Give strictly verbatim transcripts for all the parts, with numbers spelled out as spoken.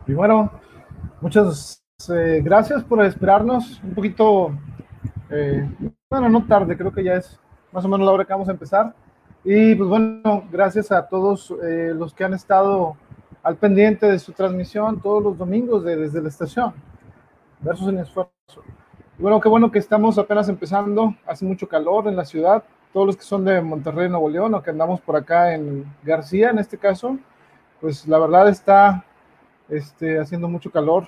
Y bueno, muchas eh, gracias por esperarnos un poquito, eh, bueno, no tarde, creo que ya es más o menos la hora que vamos a empezar. Y pues bueno, gracias a todos eh, los que han estado al pendiente de su transmisión todos los domingos de, desde la estación, versus en esfuerzo. Y bueno, qué bueno que estamos apenas empezando, hace mucho calor en la ciudad, todos los que son de Monterrey, Nuevo León, o que andamos por acá en García, en este caso, pues la verdad está este, haciendo mucho calor.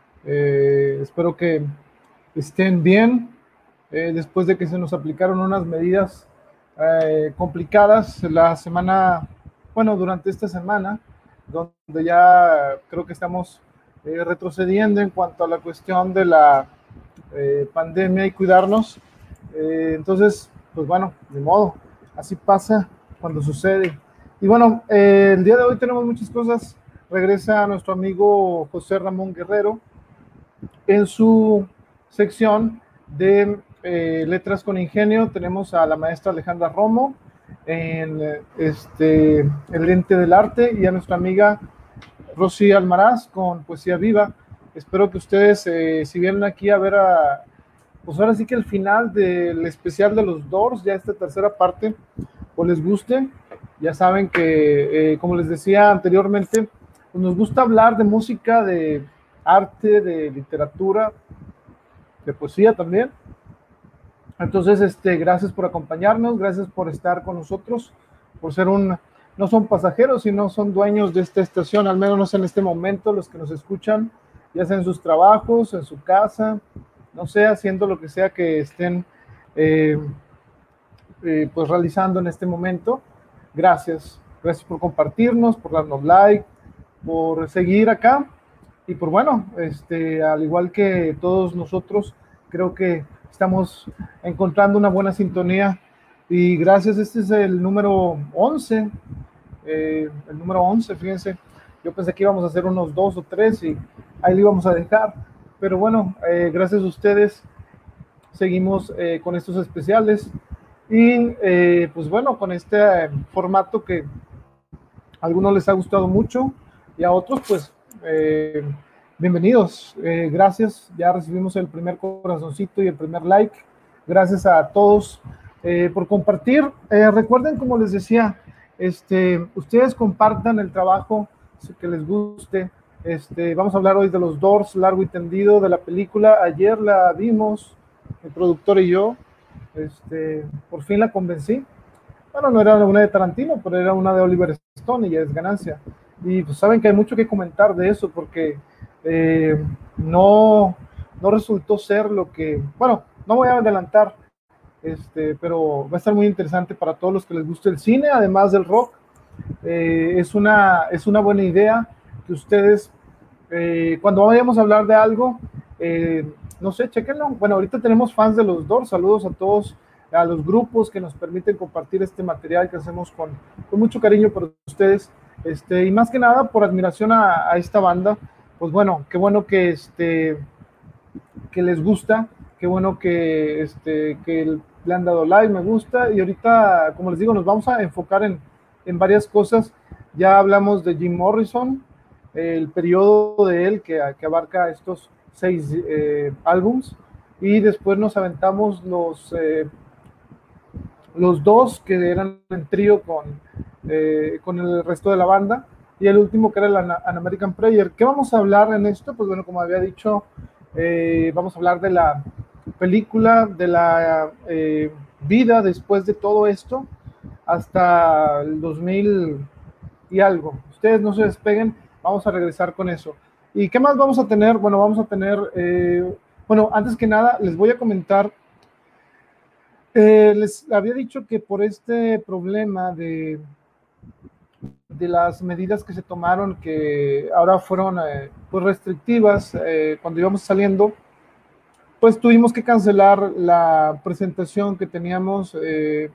Eh, espero que estén bien eh, después de que se nos aplicaron unas medidas eh, complicadas la semana, bueno, durante esta semana, donde ya creo que estamos eh, retrocediendo en cuanto a la cuestión de la eh, pandemia y cuidarnos. Eh, entonces, pues bueno, de modo, así pasa cuando sucede. Y bueno, eh, el día de hoy tenemos muchas cosas. Regresa nuestro amigo José Ramón Guerrero en su sección de eh, Letras con Ingenio. Tenemos a la maestra Alejandra Romo en este, El Lente del Arte, y a nuestra amiga Rosy Almaraz con Poesía Viva. Espero que ustedes, eh, si vienen aquí a ver a, pues ahora sí que el final del especial de los Doors, ya esta tercera parte, pues les guste. Ya saben que, eh, como les decía anteriormente, pues nos gusta hablar de música, de arte, de literatura, de poesía también. Entonces, este, gracias por acompañarnos, gracias por estar con nosotros, por ser un, no son pasajeros, sino son dueños de esta estación, al menos en este momento, los que nos escuchan, ya sea en sus trabajos, en su casa, no sé, haciendo lo que sea que estén eh, eh, pues realizando en este momento. Gracias, gracias por compartirnos, por darnos like, por seguir acá, y por bueno, este, al igual que todos nosotros, creo que estamos encontrando una buena sintonía, y gracias. Este es el número once, eh, el número once, fíjense, yo pensé que íbamos a hacer unos dos o tres y ahí lo íbamos a dejar, pero bueno, eh, gracias a ustedes seguimos eh, con estos especiales, y eh, pues bueno, con este eh, formato que a algunos les ha gustado mucho y a otros pues eh, bienvenidos, eh, gracias, ya recibimos el primer corazoncito y el primer like, gracias a todos eh, por compartir. Eh, recuerden, como les decía, este, ustedes compartan el trabajo que les guste. Este, vamos a hablar hoy de los Doors, largo y tendido, de la película. Ayer la vimos, el productor y yo. Este, por fin la convencí. Bueno, no era una de Tarantino, pero era una de Oliver Stone, y ya es ganancia. Y pues saben que hay mucho que comentar de eso, porque eh, no, no resultó ser lo que, bueno, no voy a adelantar, este, pero va a estar muy interesante para todos los que les guste el cine, además del rock. Eh, es, una, es una buena idea que ustedes, eh, cuando vayamos a hablar de algo, eh, no sé, chequenlo. Bueno, ahorita tenemos fans de los Doors, saludos a todos, a los grupos que nos permiten compartir este material que hacemos con, con mucho cariño por ustedes, este, y más que nada por admiración a, a esta banda. Pues bueno, qué bueno que, este, que les gusta, qué bueno que, este, que le han dado like, me gusta, y ahorita, como les digo, nos vamos a enfocar en, en varias cosas. Ya hablamos de Jim Morrison, el periodo de él que, que abarca estos seis eh, álbums, y después nos aventamos los, eh, los dos que eran en trío con, eh, con el resto de la banda, y el último que era el An American Prayer. ¿Qué vamos a hablar en esto? Pues bueno, como había dicho, eh, vamos a hablar de la película, de la eh, vida después de todo esto, hasta el dos mil y algo. Ustedes no se despeguen, vamos a regresar con eso. ¿Y qué más vamos a tener? Bueno, vamos a tener, eh, bueno, antes que nada, les voy a comentar, eh, les había dicho que por este problema de, de las medidas que se tomaron, que ahora fueron eh, pues restrictivas, eh, cuando íbamos saliendo, pues tuvimos que cancelar la presentación que teníamos eh,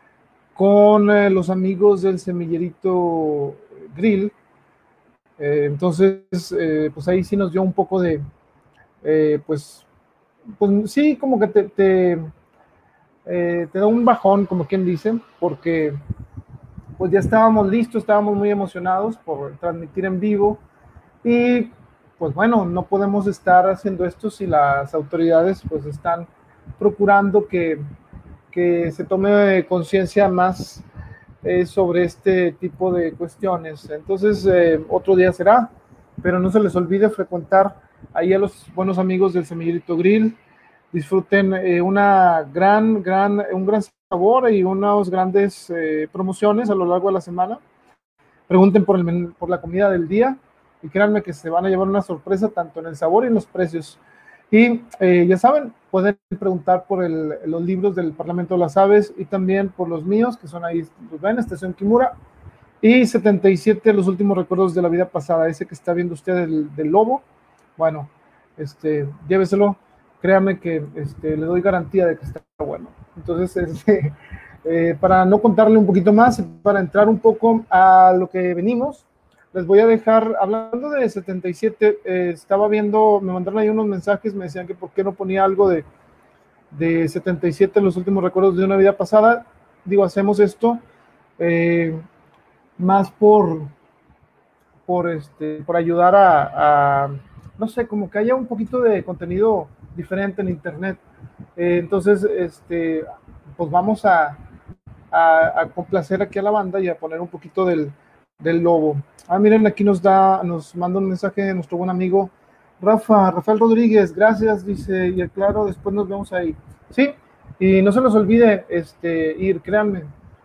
con eh, los amigos del Semillerito Grill. Eh, entonces, eh, pues ahí sí nos dio un poco de, eh, pues, pues sí, como que te, te, eh, te da un bajón, como quien dice, porque pues ya estábamos listos, estábamos muy emocionados por transmitir en vivo, y pues bueno, no podemos estar haciendo esto si las autoridades pues están procurando que, que se tome conciencia más eh, sobre este tipo de cuestiones. Entonces, eh, otro día será, pero no se les olvide frecuentar ahí a los buenos amigos del Semillerito Grill. Disfruten eh, una gran, gran, un gran sabor y unas grandes eh, promociones a lo largo de la semana. Pregunten por, el menú, por la comida del día y créanme que se van a llevar una sorpresa tanto en el sabor y en los precios. Y eh, ya saben, pueden preguntar por el, los libros del Parlamento de las Aves y también por los míos, que son ahí, los ven, Estación Kimura, y setenta y siete, los últimos recuerdos de la vida pasada, ese que está viendo usted del, del lobo. Bueno, este, lléveselo, créanme que este, le doy garantía de que está bueno. Entonces, este, eh, para no contarle un poquito más, para entrar un poco a lo que venimos, les voy a dejar, hablando de setenta y siete, eh, estaba viendo, me mandaron ahí unos mensajes, me decían que por qué no ponía algo de, de setenta y siete, los últimos recuerdos de una vida pasada. Digo, hacemos esto eh, más por, por, este, por ayudar a, a, no sé, como que haya un poquito de contenido diferente en internet. Eh, entonces, este, pues vamos a, a, a complacer aquí a la banda y a poner un poquito del, del lobo. Ah, miren, aquí nos da, nos manda un mensaje de nuestro buen amigo Rafa, Rafael Rodríguez, gracias, dice, y claro, después nos vemos ahí. Sí, y no se les olvide este, ir, créanme,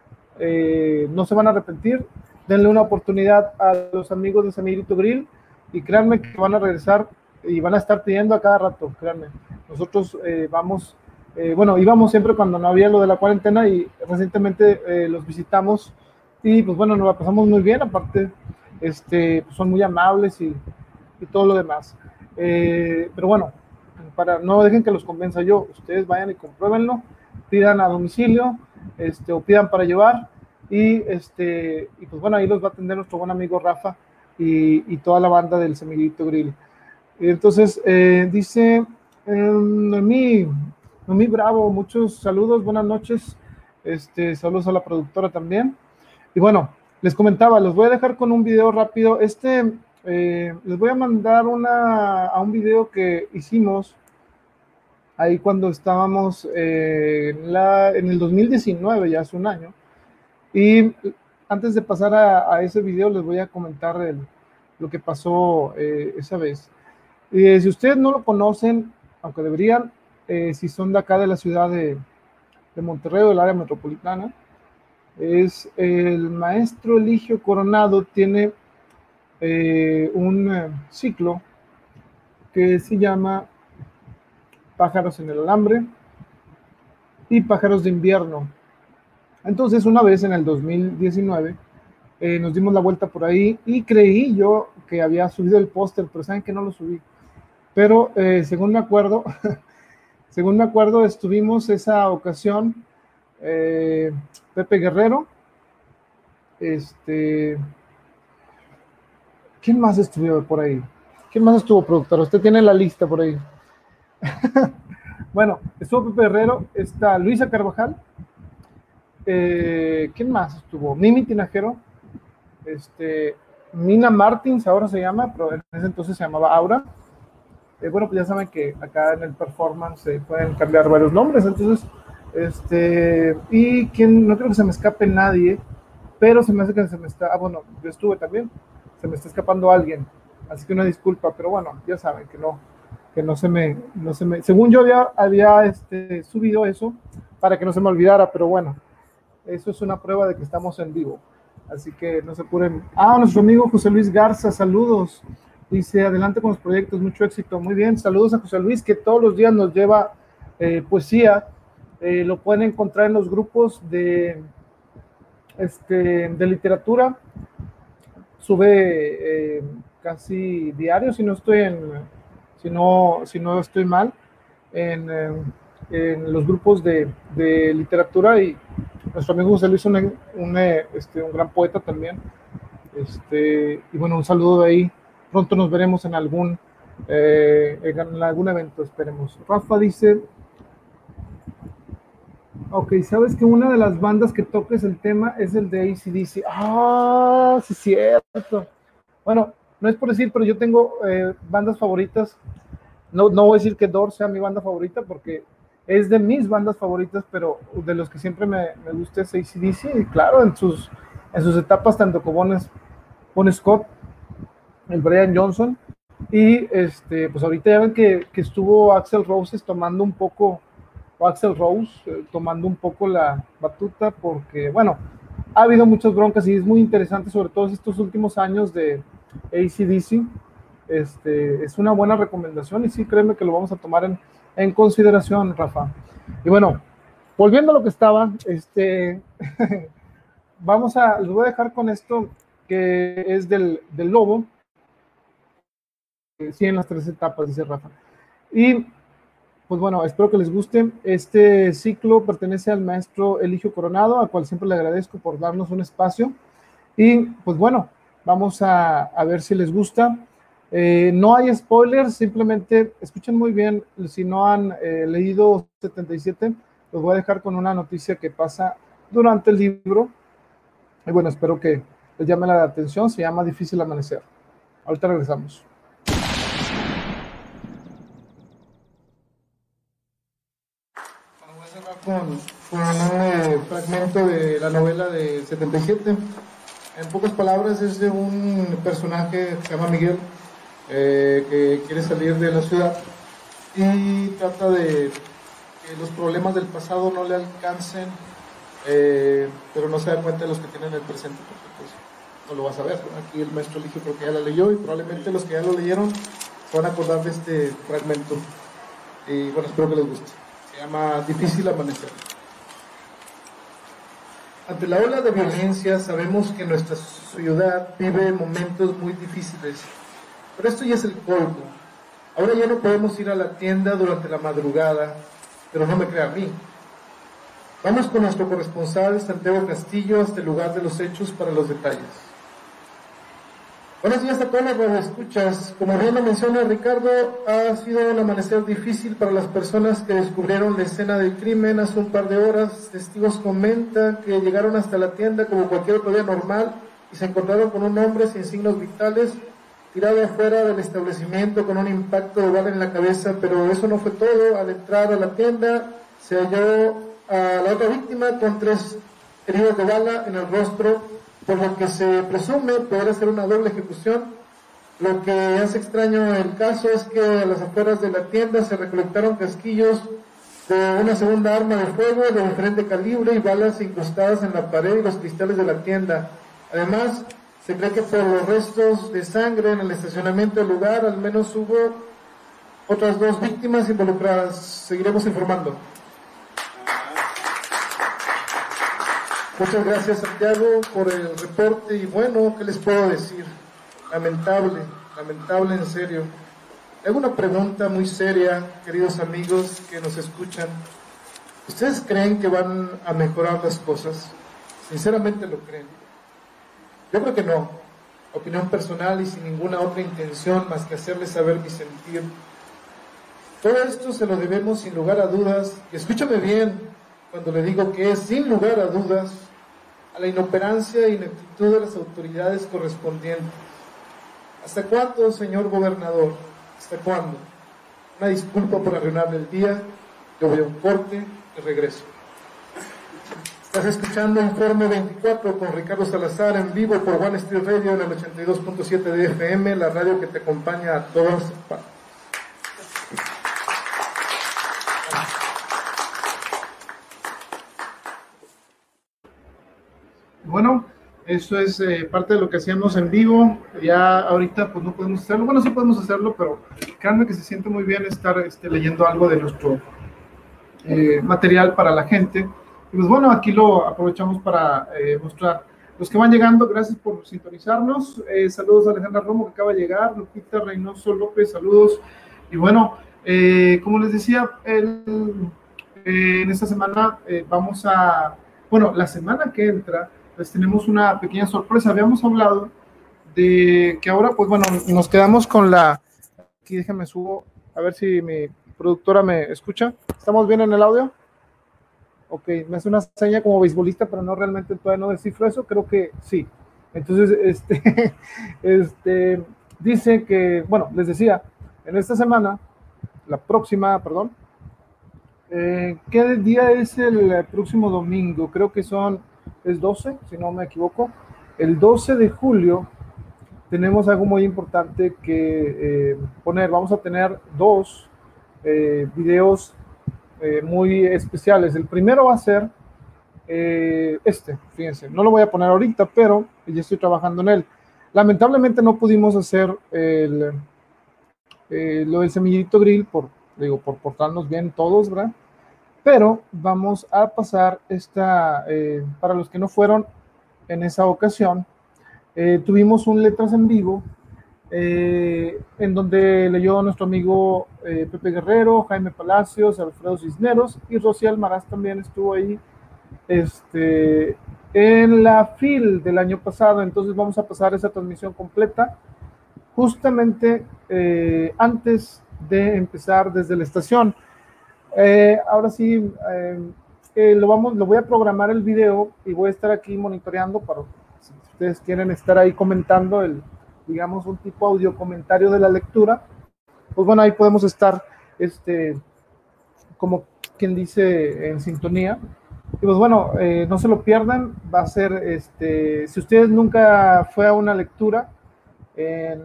eh, no se van a arrepentir, denle una oportunidad a los amigos de Semillerito Grill y créanme que van a regresar y van a estar pidiendo a cada rato, créanme. Nosotros eh, vamos, eh, bueno, íbamos siempre cuando no había lo de la cuarentena y recientemente eh, los visitamos y pues bueno, nos la pasamos muy bien, aparte este, pues son muy amables y, y todo lo demás. Eh, pero bueno, para no dejen que los convenza yo, ustedes vayan y compruébenlo, pidan a domicilio, este, o pidan para llevar y, este, y pues bueno, ahí los va a atender nuestro buen amigo Rafa y, y toda la banda del Semillerito Grill. Entonces, eh, dice eh, Noemí, Noemí Bravo, muchos saludos, buenas noches, este, saludos a la productora también. Y bueno, les comentaba, los voy a dejar con un video rápido. Este, eh, les voy a mandar una, a un video que hicimos ahí cuando estábamos eh, en, la, en el dos mil diecinueve, ya hace un año. Y antes de pasar a, a ese video, les voy a comentar el, lo que pasó eh, esa vez. Eh, si ustedes no lo conocen, aunque deberían, eh, si son de acá de la ciudad de, de Monterrey o del área metropolitana, es el maestro Eligio Coronado, tiene eh, un eh, ciclo que se llama Pájaros en el Alambre y Pájaros de Invierno. Entonces, una vez en el dos mil diecinueve, eh, nos dimos la vuelta por ahí y creí yo que había subido el póster, pero saben que no lo subí. Pero eh, según me acuerdo, según me acuerdo, estuvimos esa ocasión eh, Pepe Guerrero, este, ¿quién más estuvo por ahí? ¿Quién más estuvo, productor? Usted tiene la lista por ahí. Bueno, estuvo Pepe Guerrero, está Luisa Carvajal, eh, ¿quién más estuvo? Mimi Tinajero, este, Mina Martins, ahora se llama, pero en ese entonces se llamaba Aura. Eh, bueno, pues ya saben que acá en el performance se pueden cambiar varios nombres, entonces, este, y quien, no creo que se me escape nadie, pero se me hace que se me está, ah, bueno, yo estuve también, se me está escapando alguien, así que una disculpa, pero bueno, ya saben que no, que no se me, no se me, según yo había, había este, subido eso para que no se me olvidara, pero bueno, eso es una prueba de que estamos en vivo, así que no se apuren. Ah, nuestro amigo José Luis Garza, saludos. Dice, adelante con los proyectos, mucho éxito. Muy bien, saludos a José Luis, que todos los días nos lleva eh, poesía. Eh, lo pueden encontrar en los grupos de, este, de literatura. Sube eh, casi diario, si no estoy en, si no, si no estoy mal, en, en los grupos de, de literatura. Y nuestro amigo José Luis es un, un, este, un gran poeta también. Este, y bueno, un saludo de ahí. Pronto nos veremos en algún, eh, en algún evento, esperemos. Rafa dice, ok, ¿sabes que una de las bandas que toques el tema es el de A C D C? Ah, sí, cierto. Bueno, no es por decir, pero yo tengo eh, bandas favoritas. No, no voy a decir que Doors sea mi banda favorita, porque es de mis bandas favoritas, pero de los que siempre me, me gusta es A C D C, y claro, en sus, en sus etapas, tanto como Bon, Bon Scott, el Brian Johnson, y este, pues ahorita ya ven que, que estuvo Axl Rose tomando un poco, o Axl Rose eh, tomando un poco la batuta, porque, bueno, ha habido muchas broncas y es muy interesante, sobre todo estos últimos años de A C D C. Este, es una buena recomendación y sí, créeme que lo vamos a tomar en, en consideración, Rafa. Y bueno, volviendo a lo que estaba, este, vamos a, les voy a dejar con esto que es del, del lobo. Sí, en las tres etapas, dice Rafa. Y pues bueno, espero que les guste. Este ciclo pertenece al maestro Eligio Coronado, al cual siempre le agradezco por darnos un espacio. Y pues bueno, vamos a, a ver si les gusta. Eh, no hay spoilers, simplemente escuchen muy bien. Si no han eh, leído setenta y siete, los voy a dejar con una noticia que pasa durante el libro. Y bueno, espero que les llame la atención. Se llama Difícil Amanecer. Ahorita regresamos. Bueno, voy a cerrar con, con un eh, fragmento de la novela de setenta y siete. En pocas palabras, es de un personaje que se llama Miguel, eh, que quiere salir de la ciudad y trata de que los problemas del pasado no le alcancen, eh, pero no se da cuenta de los que tienen en el presente, porque pues no lo vas a ver. Aquí el maestro Eligio creo que ya la leyó y probablemente los que ya lo leyeron se van a acordar de este fragmento. Y bueno, espero que les guste. Se llama Difícil Amanecer. Ante la ola de violencia sabemos que nuestra ciudad vive momentos muy difíciles, pero esto ya es el colmo. Ahora ya no podemos ir a la tienda durante la madrugada, pero no me crea a mí. Vamos con nuestro corresponsal Santiago Castillo hasta el lugar de los hechos para los detalles. Buenos días a todas las radioescuchas. Como bien lo menciona Ricardo, ha sido un amanecer difícil para las personas que descubrieron la escena del crimen hace un par de horas. Testigos comentan que llegaron hasta la tienda como cualquier otro día normal y se encontraron con un hombre sin signos vitales tirado afuera del establecimiento con un impacto de bala en la cabeza, pero eso no fue todo. Al entrar a la tienda se halló a la otra víctima con tres heridas de bala en el rostro, por lo que se presume poder hacer una doble ejecución. Lo que hace extraño el caso es que a las afueras de la tienda se recolectaron casquillos de una segunda arma de fuego de diferente calibre y balas incrustadas en la pared y los cristales de la tienda. Además, se cree que por los restos de sangre en el estacionamiento del lugar, al menos hubo otras dos víctimas involucradas. Seguiremos informando. Muchas gracias, Santiago, por el reporte. Y bueno, ¿qué les puedo decir? Lamentable, lamentable en serio. Hago una pregunta muy seria, queridos amigos que nos escuchan. ¿Ustedes creen que van a mejorar las cosas? Sinceramente lo creen. Yo creo que no. Opinión personal y sin ninguna otra intención más que hacerles saber mi sentir. Todo esto se lo debemos sin lugar a dudas, y escúchame bien cuando le digo que es sin lugar a dudas, a la inoperancia e ineptitud de las autoridades correspondientes. ¿Hasta cuándo, señor gobernador? ¿Hasta cuándo? Una disculpa por arruinarle el día. Yo voy a un corte y regreso. Estás escuchando Informe veinticuatro con Ricardo Salazar en vivo por One Street Radio en el ochenta y dos punto siete de F M, la radio que te acompaña a todas partes. Bueno, eso es eh, parte de lo que hacíamos en vivo. Ya ahorita pues no podemos hacerlo. Bueno, sí podemos hacerlo, pero créanme que se siente muy bien estar este, leyendo algo de nuestro eh, material para la gente. Y pues bueno, aquí lo aprovechamos para eh, mostrar. Los que van llegando, gracias por sintonizarnos. Eh, saludos a Alejandra Romo, que acaba de llegar. Lupita Reynoso López, saludos. Y bueno, eh, como les decía, el, eh, en esta semana eh, vamos a... Bueno, la semana que entra, les tenemos una pequeña sorpresa. Habíamos hablado de que ahora, pues bueno, nos quedamos con la... Aquí déjame subo, a ver si mi productora me escucha. ¿Estamos bien en el audio? Ok, me hace una seña como beisbolista, pero no realmente todavía no descifro eso, creo que sí. Entonces, este, este, dice que, bueno, les decía, en esta semana, la próxima, perdón, eh, ¿qué día es el próximo domingo? Creo que son, es doce, si no me equivoco. El doce de julio tenemos algo muy importante que eh, poner. Vamos a tener dos eh, videos eh, muy especiales. El primero va a ser eh, este, fíjense, no lo voy a poner ahorita, pero ya estoy trabajando en él. Lamentablemente no pudimos hacer el, eh, lo del semillito grill por, digo, por portarnos bien todos, ¿verdad? Pero vamos a pasar esta, eh, para los que no fueron en esa ocasión, eh, tuvimos un Letras en Vivo, eh, en donde leyó nuestro amigo eh, Pepe Guerrero, Jaime Palacios, Alfredo Cisneros, y Rocío Almaraz también estuvo ahí este, en la F I L del año pasado. Entonces vamos a pasar esa transmisión completa justamente eh, antes de empezar desde la estación. Eh, ahora sí, eh, eh, lo, vamos, lo voy a programar el video y voy a estar aquí monitoreando para si ustedes quieren estar ahí comentando el, digamos, un tipo audio comentario de la lectura. Pues bueno, ahí podemos estar, este, como quien dice, en sintonía. Y pues bueno, eh, no se lo pierdan, va a ser, este, si ustedes nunca fue a una lectura, eh,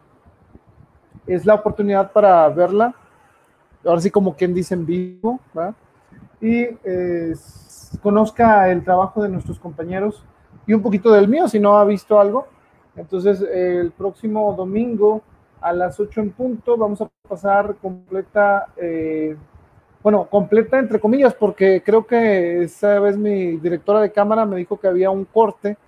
es la oportunidad para verla, ahora sí como quien dice en vivo, ¿verdad? Y eh, conozca el trabajo de nuestros compañeros y un poquito del mío, si no ha visto algo. Entonces, eh, el próximo domingo a las ocho en punto vamos a pasar completa, eh, bueno, completa entre comillas, porque creo que esa vez mi directora de cámara me dijo que había un corte,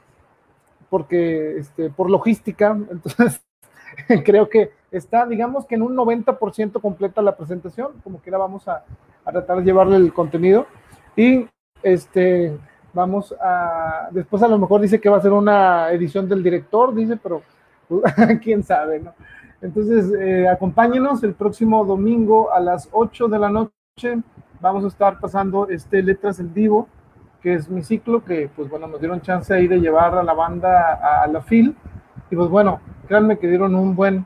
porque este, por logística, entonces creo que está, digamos que en un noventa por ciento completa la presentación, como quiera vamos a, a tratar de llevarle el contenido y este, vamos a, después a lo mejor dice que va a ser una edición del director, dice, pero quién sabe, ¿no? Entonces, eh, acompáñenos el próximo domingo a las ocho de la noche, vamos a estar pasando este Letras en Vivo, que es mi ciclo, que pues bueno, nos dieron chance ahí de llevar a la banda a, a la F I L, y pues bueno, créanme que dieron un buen,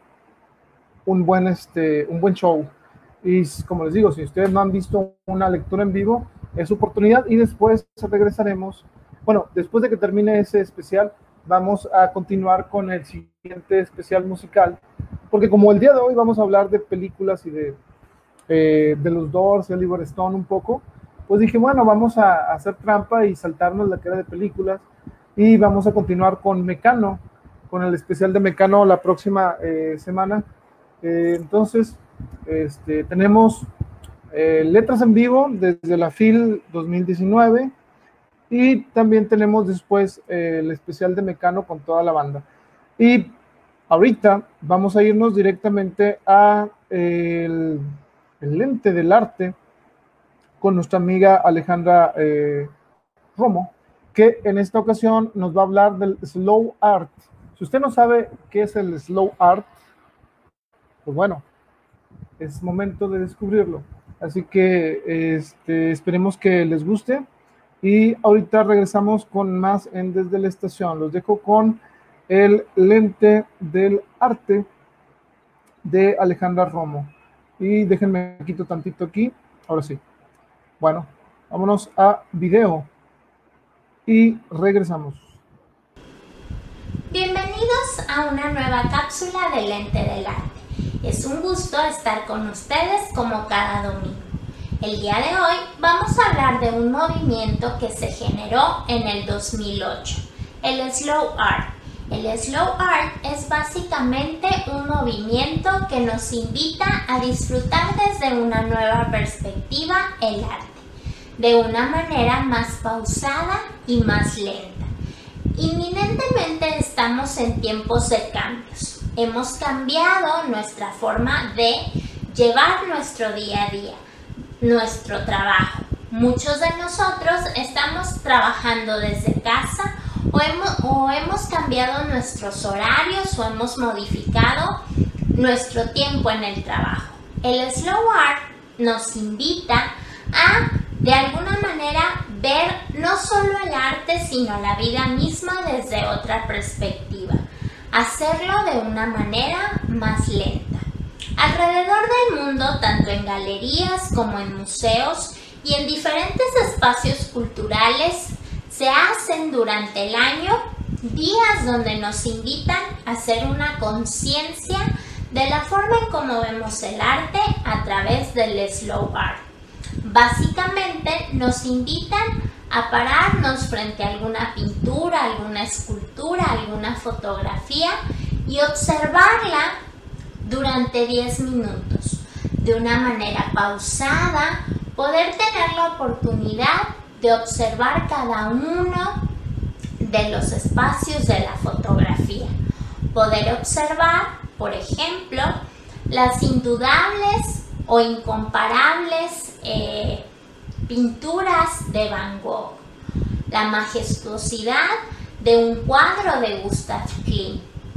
un buen, este, un buen show. Y como les digo, si ustedes no han visto una lectura en vivo, es su oportunidad. Y después regresaremos, bueno, después de que termine ese especial, vamos a continuar con el siguiente especial musical, porque como el día de hoy vamos a hablar de películas y de, eh, de los Doors, de Oliver Stone un poco, pues dije, bueno, vamos a, a hacer trampa y saltarnos la que era de películas, y vamos a continuar con Mecano, con el especial de Mecano la próxima eh, semana. Eh, entonces, este, tenemos eh, Letras en Vivo desde la F I L dos mil diecinueve y también tenemos después eh, el especial de Mecano con toda la banda. Y ahorita vamos a irnos directamente a eh, el, el lente del arte con nuestra amiga Alejandra eh, Romo, que en esta ocasión nos va a hablar del slow art. Si usted no sabe qué es el slow art, pues bueno, es momento de descubrirlo. Así que este, esperemos que les guste y ahorita regresamos con más en Desde la Estación. Los dejo con el lente del arte de Alejandra Romo. Y déjenme quito tantito aquí. Ahora sí. Bueno, vámonos a video y regresamos. Bienvenidos a una nueva cápsula de Lente del Arte. Es un gusto estar con ustedes como cada domingo. El día de hoy vamos a hablar de un movimiento que se generó en el dos mil ocho, el Slow Art. El Slow Art es básicamente un movimiento que nos invita a disfrutar desde una nueva perspectiva el arte, de una manera más pausada y más lenta. Inminentemente estamos en tiempos de cambios. Hemos cambiado nuestra forma de llevar nuestro día a día, nuestro trabajo. Muchos de nosotros estamos trabajando desde casa o hemos, o hemos cambiado nuestros horarios o hemos modificado nuestro tiempo en el trabajo. El Slow Art nos invita a, de alguna manera, ver no solo el arte, sino la vida misma desde otra perspectiva. Hacerlo de una manera más lenta. Alrededor del mundo, tanto en galerías como en museos y en diferentes espacios culturales, se hacen durante el año días donde nos invitan a hacer una conciencia de la forma en cómo vemos el arte a través del slow art. Básicamente nos invitan a pararnos frente a alguna pintura, alguna escultura, alguna fotografía y observarla durante diez minutos. De una manera pausada, poder tener la oportunidad de observar cada uno de los espacios de la fotografía. Poder observar, por ejemplo, las indudables o incomparables eh, pinturas de Van Gogh, la majestuosidad de un cuadro de Gustav Klimt,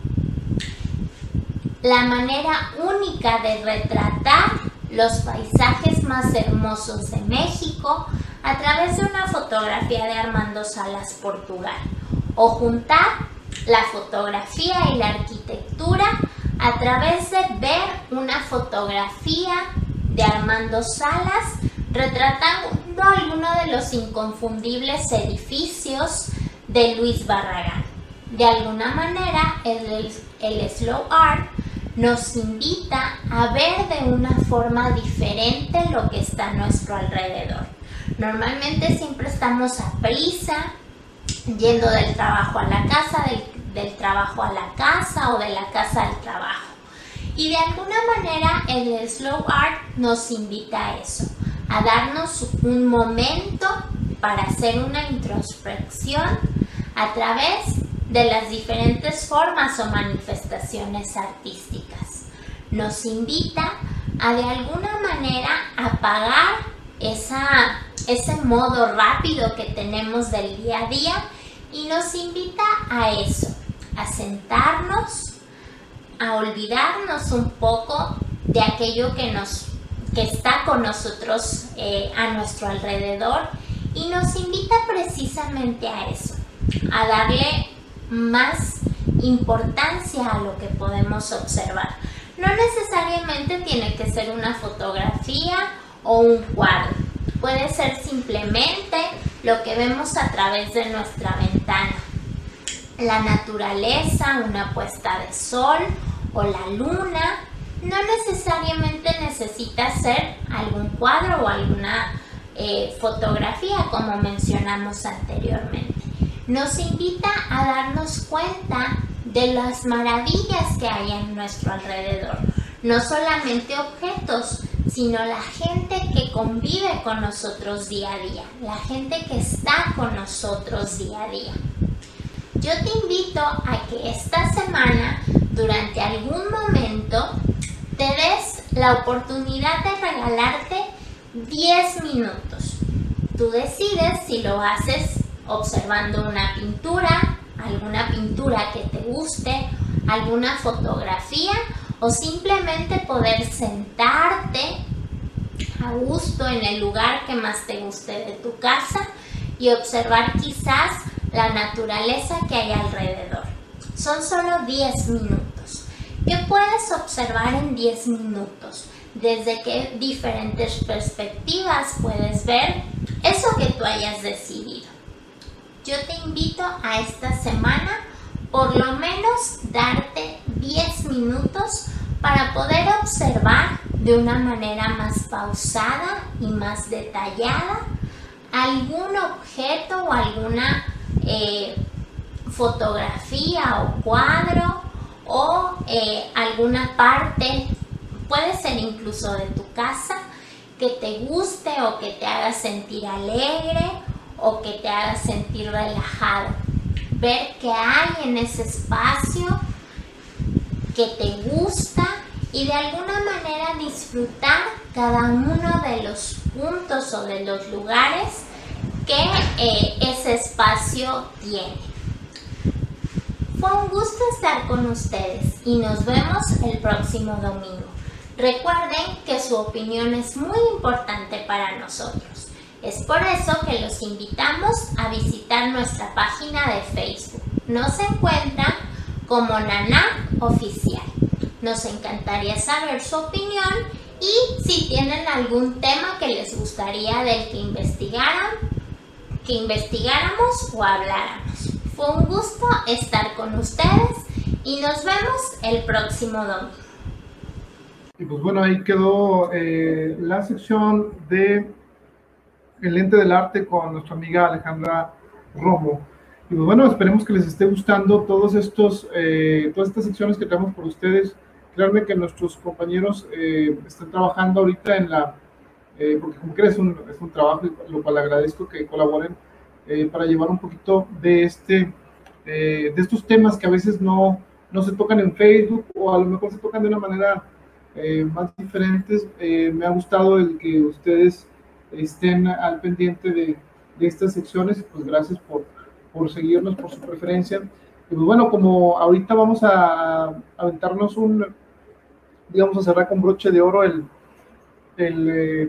la manera única de retratar los paisajes más hermosos de México a través de una fotografía de Armando Salas Portugal, o juntar la fotografía y la arquitectura a través de ver una fotografía de Armando Salas retratando alguno de los inconfundibles edificios de Luis Barragán. De alguna manera, el, el slow art nos invita a ver de una forma diferente lo que está a nuestro alrededor. Normalmente siempre estamos a prisa, yendo del trabajo a la casa, del, del trabajo a la casa o de la casa al trabajo. Y de alguna manera el slow art nos invita a eso, a darnos un momento para hacer una introspección a través de las diferentes formas o manifestaciones artísticas. Nos invita a de alguna manera apagar esa, ese modo rápido que tenemos del día a día y nos invita a eso, a sentarnos, a olvidarnos un poco de aquello que, nos, que está con nosotros eh, a nuestro alrededor y nos invita precisamente a eso, a darle más importancia a lo que podemos observar. No necesariamente tiene que ser una fotografía o un cuadro. Puede ser simplemente lo que vemos a través de nuestra ventana. La naturaleza, una puesta de sol o la luna. No necesariamente necesita ser algún cuadro o alguna eh, fotografía, como mencionamos anteriormente. Nos invita a darnos cuenta de las maravillas que hay en nuestro alrededor. No solamente objetos, sino la gente que convive con nosotros día a día, la gente que está con nosotros día a día. Yo te invito a que esta semana, durante algún momento, te des la oportunidad de regalarte diez minutos. Tú decides si lo haces observando una pintura, alguna pintura que te guste, alguna fotografía o simplemente poder sentarte a gusto en el lugar que más te guste de tu casa y observar quizás la naturaleza que hay alrededor. Son solo diez minutos. ¿Qué puedes observar en diez minutos? ¿Desde qué diferentes perspectivas puedes ver eso que tú hayas decidido? Yo te invito a esta semana por lo menos darte diez minutos para poder observar de una manera más pausada y más detallada algún objeto o alguna eh, fotografía o cuadro o eh, alguna parte, puede ser incluso de tu casa, que te guste o que te haga sentir alegre o que te haga sentir relajado. Ver qué hay en ese espacio que te gusta y de alguna manera disfrutar cada uno de los puntos o de los lugares que eh, ese espacio tiene. Fue un gusto estar con ustedes y nos vemos el próximo domingo. Recuerden que su opinión es muy importante para nosotros. Es por eso que los invitamos a visitar nuestra página de Facebook. Nos encuentran como Naná Oficial. Nos encantaría saber su opinión y si tienen algún tema que les gustaría del que investigaran, que investigáramos o habláramos. Fue un gusto estar con ustedes y nos vemos el próximo domingo. Y pues bueno, ahí quedó eh, la sección de El Lente del Arte con nuestra amiga Alejandra Romo. Y pues bueno, esperemos que les esté gustando todos estos, eh, todas estas secciones que tenemos por ustedes. Créanme que nuestros compañeros eh, están trabajando ahorita en la, eh, porque como que es un, es un trabajo, lo cual agradezco que colaboren eh, para llevar un poquito de, este, eh, de estos temas que a veces no, no se tocan en Facebook o a lo mejor se tocan de una manera eh, más diferentes. Eh, me ha gustado el que ustedes estén al pendiente de, de estas secciones, pues gracias por, por seguirnos, por su preferencia. Y pues bueno, como ahorita vamos a, a aventarnos un, digamos a cerrar con broche de oro el, el, eh,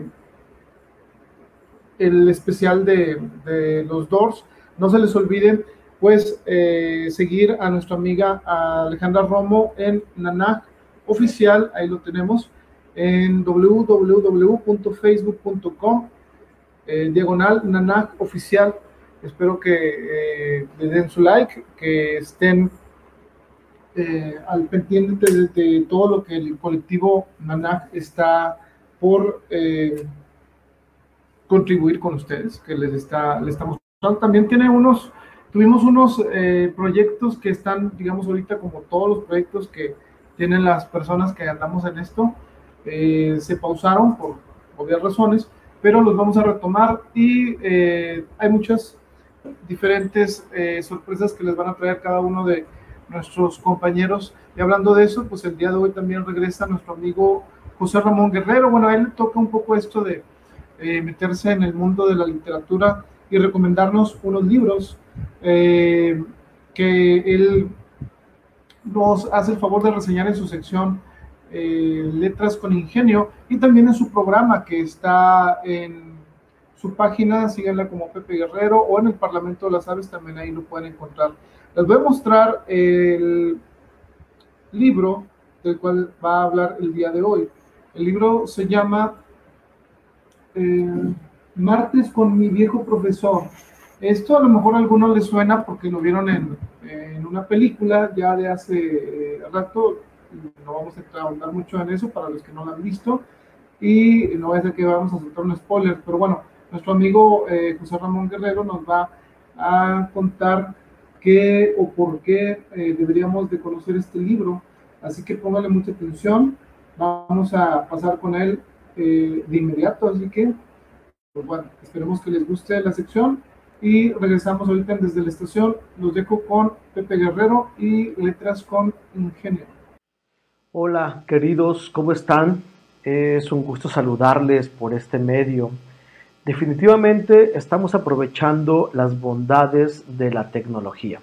el especial de, de los Doors, no se les olviden pues eh, seguir a nuestra amiga Alejandra Romo en Nanaj Oficial, ahí lo tenemos, en w w w punto facebook punto com, eh, diagonal Nanaj Oficial. Espero que eh, le den su like, que estén eh, al pendiente de, de todo lo que el colectivo Nanaj está por eh, contribuir con ustedes, que les está, les estamos mostrando. También tiene unos, tuvimos unos eh, proyectos que están, digamos, ahorita como todos los proyectos que tienen las personas que andamos en esto, eh, se pausaron por obvias razones, pero los vamos a retomar y eh, hay muchas diferentes eh, sorpresas que les van a traer cada uno de nuestros compañeros. Y hablando de eso, pues el día de hoy también regresa nuestro amigo José Ramón Guerrero. Bueno, a él le toca un poco esto de eh, meterse en el mundo de la literatura y recomendarnos unos libros eh, que él nos hace el favor de reseñar en su sección eh, Letras con Ingenio, y también en su programa que está en su página, síganla como Pepe Guerrero, o en el Parlamento de las Aves, también ahí lo pueden encontrar. Les voy a mostrar el libro del cual va a hablar el día de hoy. El libro se llama eh, Martes con mi viejo profesor. Esto a lo mejor a algunos les suena porque lo vieron en, en una película ya de hace eh, rato. No vamos a ahondar mucho en eso para los que no lo han visto, y no va a ser que vamos a soltar un spoiler, pero bueno, nuestro amigo eh, José Ramón Guerrero nos va a contar qué o por qué eh, deberíamos de conocer este libro, así que póngale mucha atención. Vamos a pasar con él eh, de inmediato, así que pues bueno, esperemos que les guste la sección y regresamos ahorita desde la estación. Los dejo con Pepe Guerrero y Letras con Ingenio. Hola queridos, ¿cómo están? Es un gusto saludarles por este medio. Definitivamente estamos aprovechando las bondades de la tecnología.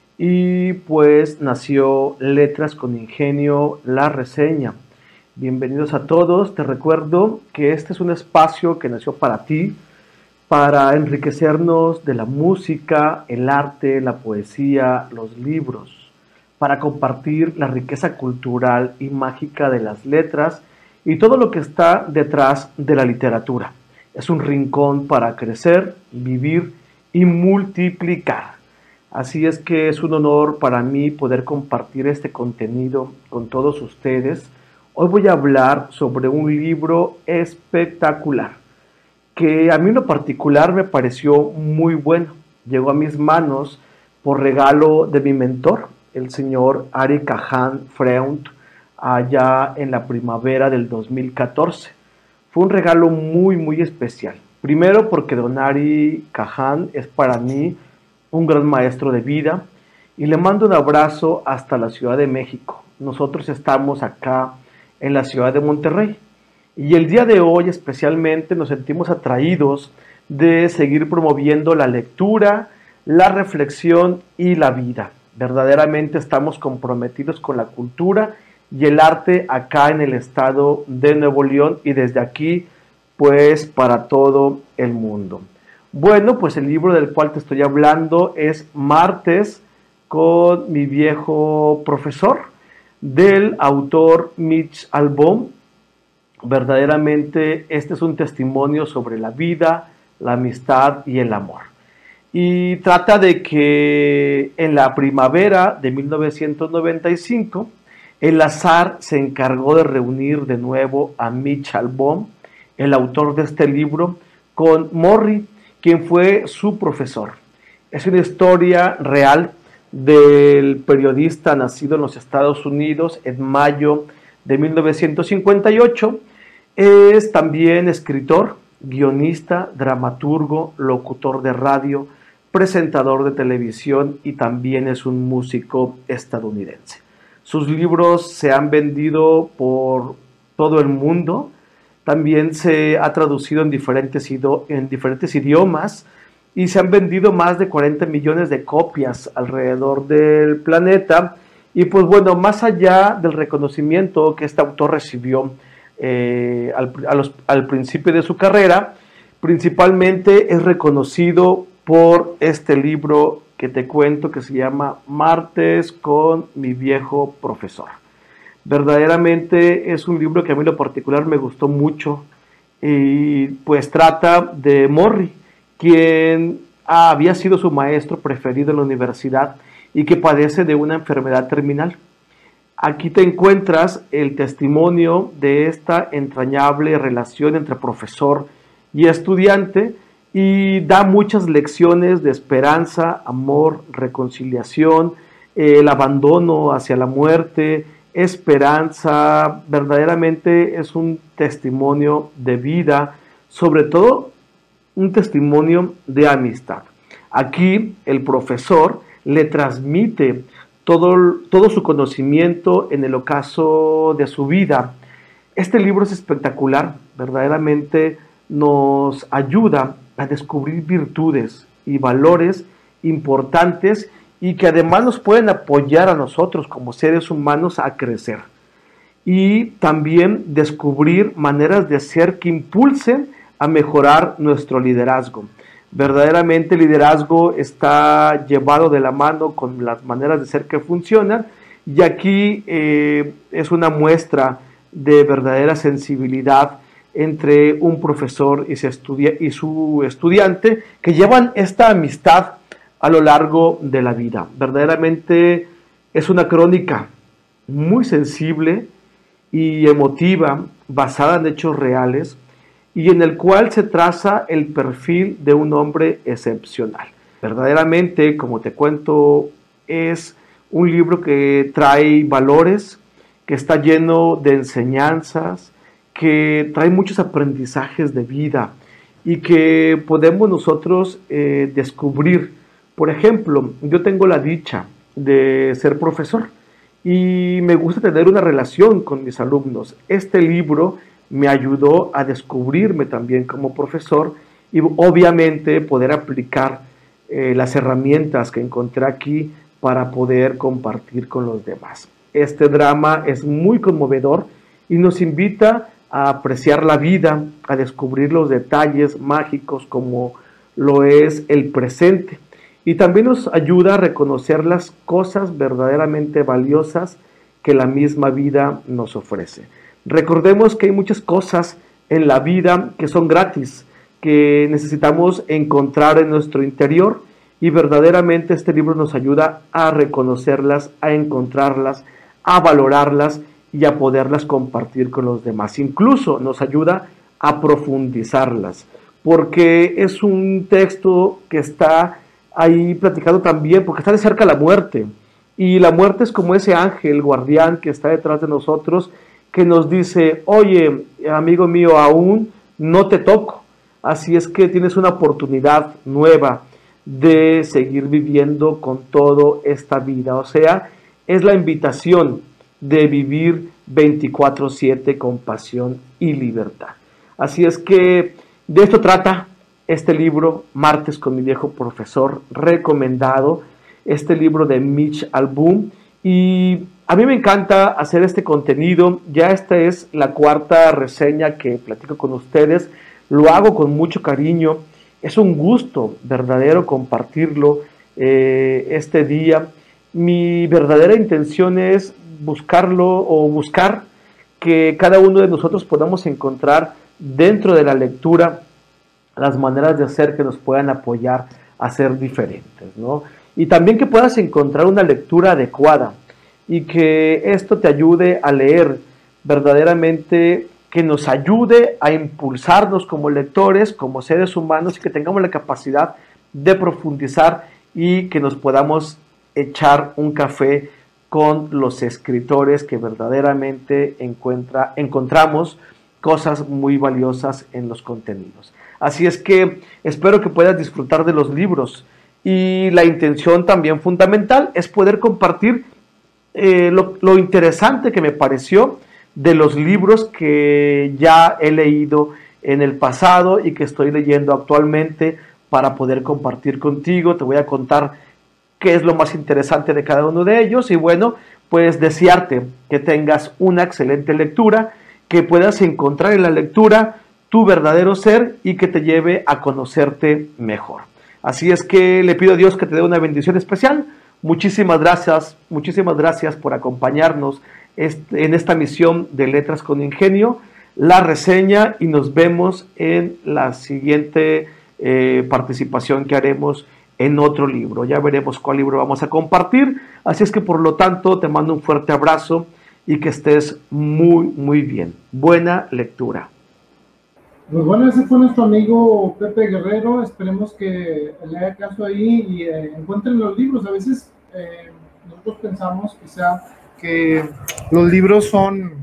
Y pues nació Letras con Ingenio, la reseña. Bienvenidos a todos. Te recuerdo que este es un espacio que nació para ti, para enriquecernos de la música, el arte, la poesía, los libros, para compartir la riqueza cultural y mágica de las letras y todo lo que está detrás de la literatura. Es un rincón para crecer, vivir y multiplicar. Así es que es un honor para mí poder compartir este contenido con todos ustedes. Hoy voy a hablar sobre un libro espectacular que a mí en lo particular me pareció muy bueno. Llegó a mis manos por regalo de mi mentor, el señor Ari Kahn Freund, allá en la primavera del dos mil catorce. Fue un regalo muy, muy especial. Primero porque don Ari Kahn es para mí un gran maestro de vida y le mando un abrazo hasta la Ciudad de México. Nosotros estamos acá en la ciudad de Monterrey y el día de hoy especialmente nos sentimos atraídos de seguir promoviendo la lectura, la reflexión y la vida. Verdaderamente estamos comprometidos con la cultura y el arte acá en el estado de Nuevo León y desde aquí pues para todo el mundo. Bueno, pues el libro del cual te estoy hablando es Martes con mi viejo profesor. del autor Mitch Albom. Verdaderamente este es un testimonio sobre la vida, la amistad y el amor. Y trata de que en la primavera de mil novecientos noventa y cinco, el azar se encargó de reunir de nuevo a Mitch Albom, el autor de este libro, con Morrie, quien fue su profesor. Es una historia real del periodista nacido en los Estados Unidos en mayo de mil novecientos cincuenta y ocho. Es también escritor, guionista, dramaturgo, locutor de radio, presentador de televisión y también es un músico estadounidense. Sus libros se han vendido por todo el mundo. También se ha traducido en diferentes, en diferentes idiomas y se han vendido más de cuarenta millones de copias alrededor del planeta. Y pues bueno, más allá del reconocimiento que este autor recibió eh, al, a los, al principio de su carrera, principalmente es reconocido por este libro que te cuento que se llama Martes con mi viejo profesor. Verdaderamente es un libro que a mí en lo particular me gustó mucho y pues trata de Morrie, quien había sido su maestro preferido en la universidad y que padece de una enfermedad terminal. Aquí te encuentras el testimonio de esta entrañable relación entre profesor y estudiante y da muchas lecciones de esperanza, amor, reconciliación, eh, el abandono hacia la muerte, esperanza. Verdaderamente es un testimonio de vida, sobre todo un testimonio de amistad. Aquí el profesor le transmite todo, todo su conocimiento en el ocaso de su vida. Este libro es espectacular, verdaderamente nos ayuda a descubrir virtudes y valores importantes y que además nos pueden apoyar a nosotros como seres humanos a crecer. Y también descubrir maneras de ser que impulsen a mejorar nuestro liderazgo. Verdaderamente el liderazgo está llevado de la mano con las maneras de ser que funcionan y aquí eh, es una muestra de verdadera sensibilidad entre un profesor y su, estudia- y su estudiante que llevan esta amistad a lo largo de la vida. Verdaderamente es una crónica muy sensible y emotiva, basada en hechos reales, y en el cual se traza el perfil de un hombre excepcional. Verdaderamente, como te cuento, es un libro que trae valores, que está lleno de enseñanzas, que trae muchos aprendizajes de vida y que podemos nosotros eh, descubrir. Por ejemplo, yo tengo la dicha de ser profesor y me gusta tener una relación con mis alumnos. Este libro me ayudó a descubrirme también como profesor y obviamente poder aplicar eh, las herramientas que encontré aquí para poder compartir con los demás. Este drama es muy conmovedor y nos invita a apreciar la vida, a descubrir los detalles mágicos como lo es el presente. Y también nos ayuda a reconocer las cosas verdaderamente valiosas que la misma vida nos ofrece. Recordemos que hay muchas cosas en la vida que son gratis, que necesitamos encontrar en nuestro interior y verdaderamente este libro nos ayuda a reconocerlas, a encontrarlas, a valorarlas y a poderlas compartir con los demás. Incluso nos ayuda a profundizarlas, porque es un texto que está ahí platicado también, porque está de cerca la muerte. Y la muerte es como ese ángel guardián que está detrás de nosotros, que nos dice, oye, amigo mío, aún no te toco. Así es que tienes una oportunidad nueva de seguir viviendo con toda esta vida. O sea, es la invitación de vivir veinticuatro siete con pasión y libertad. Así es que de esto trata este libro, Martes con mi viejo profesor, recomendado, este libro de Mitch Albom. Y a mí me encanta hacer este contenido, ya esta es la cuarta reseña que platico con ustedes, lo hago con mucho cariño, es un gusto verdadero compartirlo eh, este día Mi verdadera intención es buscarlo o buscar que cada uno de nosotros podamos encontrar dentro de la lectura las maneras de hacer que nos puedan apoyar a ser diferentes, ¿no? Y también que puedas encontrar una lectura adecuada y que esto te ayude a leer verdaderamente, que nos ayude a impulsarnos como lectores, como seres humanos, y que tengamos la capacidad de profundizar y que nos podamos echar un café con los escritores que verdaderamente encuentra, encontramos cosas muy valiosas en los contenidos. Así es que espero que puedas disfrutar de los libros, y la intención también fundamental es poder compartir eh, lo, lo interesante que me pareció de los libros que ya he leído en el pasado y que estoy leyendo actualmente para poder compartir contigo. Te voy a contar qué es lo más interesante de cada uno de ellos y bueno, pues desearte que tengas una excelente lectura, que puedas encontrar en la lectura tu verdadero ser y que te lleve a conocerte mejor. Así es que le pido a Dios que te dé una bendición especial. Muchísimas gracias, muchísimas gracias por acompañarnos en esta misión de Letras con Ingenio, la reseña, y nos vemos en la siguiente eh, participación que haremos en otro libro. Ya veremos cuál libro vamos a compartir. Así es que por lo tanto te mando un fuerte abrazo y que estés muy, muy bien. Buena lectura. Pues bueno, ese fue nuestro amigo Pepe Guerrero. Esperemos que le haga caso ahí y eh, encuentren los libros. A veces eh, nosotros pensamos quizá que los libros son